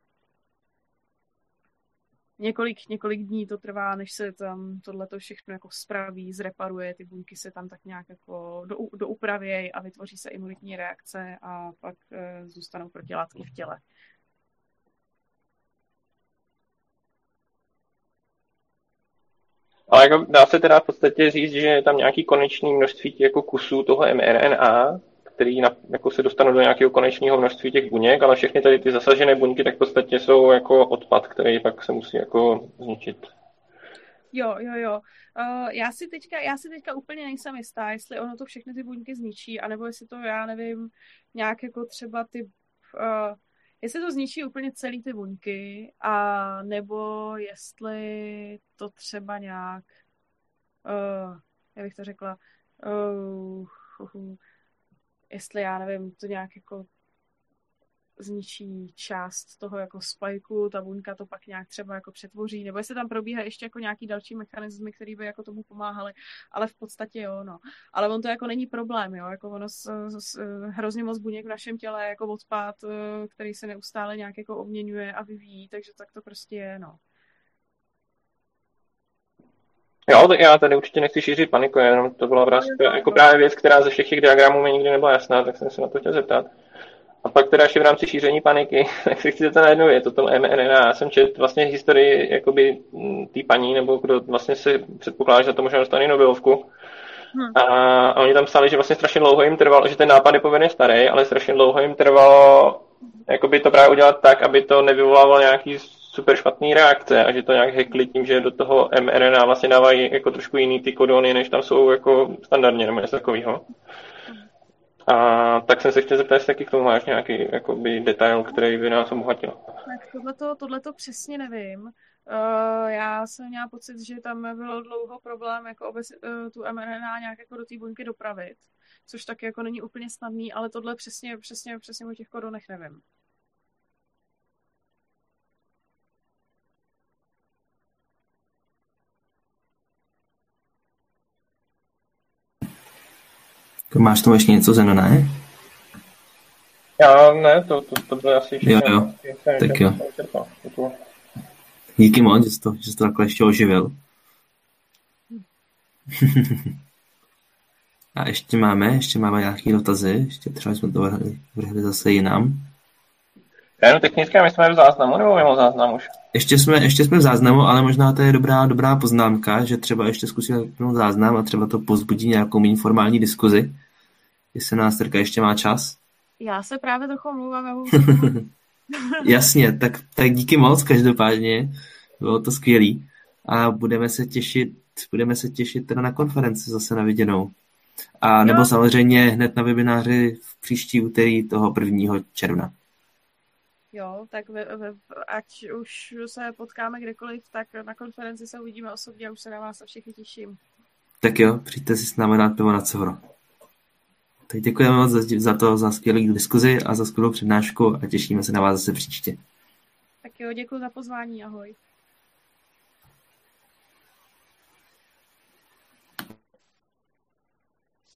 Několik, několik dní to trvá, než se tam tohleto všechno jako spraví, zreparuje, ty buňky se tam tak nějak jako do, doupravějí a vytvoří se imunitní reakce a pak e, zůstanou protilátky v těle. Ale jako dá se teda v podstatě říct, že je tam nějaký konečný množství těch jako kusů toho mRNA, který na, jako se dostanou do nějakého konečného množství těch buněk, ale všechny tady ty zasažené buňky tak v podstatě jsou jako odpad, který pak se musí jako zničit. Jo, jo, jo. Uh, já, si teďka, já si teďka úplně nejsem jistá, jestli ono to všechny ty buňky zničí, anebo jestli to, já nevím, nějak jako třeba ty... Uh, jestli to zničí úplně celý ty buňky, a nebo jestli to třeba nějak... Uh, jak bych to řekla... Uh, uh, uh, jestli já nevím, to nějak jako zničí část toho jako spajku, ta buňka to pak nějak třeba jako přetvoří, nebo jestli tam probíhá ještě jako nějaký další mechanismy, které by jako tomu pomáhaly, ale v podstatě jo, no. Ale on to jako není problém, jo, jako ono s, s, hrozně moc buněk v našem těle je jako odpad, který se neustále nějak jako obměňuje a vyvíjí, takže tak to prostě je, no. Jo, to já tady určitě nechci šířit paniku, jenom to byla vlastně jako právě věc, která ze všech těch diagramů mi nikdy nebyla jasná, tak jsem se na to chtěl zeptat. A pak teda ještě v rámci šíření paniky, tak se chci zeptat na jednu věc, o tom mRNA. Já jsem četl vlastně historii jakoby té paní, nebo kdo vlastně se předpokládá, že za to možná dostane Nobelovku. Hmm. A, a oni tam psali, že vlastně strašně dlouho jim trvalo, že ten nápad je poměrně starý, ale strašně dlouho jim trvalo jakoby to právě udělat tak, aby to nevyvolávalo nějaký super špatný reakce a že to nějak hackli tím, že do toho mRNA vlastně dávají jako trošku jiný ty kodony, než tam jsou jako standardně nebo něco takového. A tak jsem se chtěl zeptat, jestli taky k tomu máš nějaký jakoby, detail, který by nás obohatil. Tak tohleto, tohleto přesně nevím. Uh, já jsem měla pocit, že tam byl dlouho problém jako obez, uh, tu mRNA nějak jako do té buňky dopravit, což taky jako není úplně snadný, ale tohle přesně, přesně, přesně o těch kodonech nevím. Máš tomu ještě něco, Zeno, ne? Já ne, to, to, to bylo asi jo, jo. Tak jo. Díky moc, že jsi to, že jsi to takhle ještě oživil. A ještě máme, ještě máme nějaké dotazy, ještě třeba jsme to vrhli zase jinam. Já jenom technicky, my jsme v záznamu, nebo mimo záznam už? Ještě jsme, ještě jsme v záznamu, ale možná to je dobrá, dobrá poznámka, že třeba ještě zkusíme vypnout záznam a třeba to pozbudí nějakou méně formální diskuzi. Jestli nás Terka ještě má čas. Já se právě trochu mluvám. Jasně, tak, tak díky moc každopádně. Bylo to skvělý. A budeme se těšit, budeme se těšit teda na konferenci zase na viděnou. A nebo jo. Samozřejmě hned na webináři v příští úterý toho prvního června. Jo, tak ve, ve, ať už se potkáme kdekoliv, tak na konferenci se uvidíme osobně a už se na vás všichni těším. Tak jo, přijďte si s námi dát pivo na Cevro. Tak děkujeme moc za, za to, za skvělou diskuzi a za skvělou přednášku a těšíme se na vás zase příště. Tak jo, děkuji za pozvání, ahoj.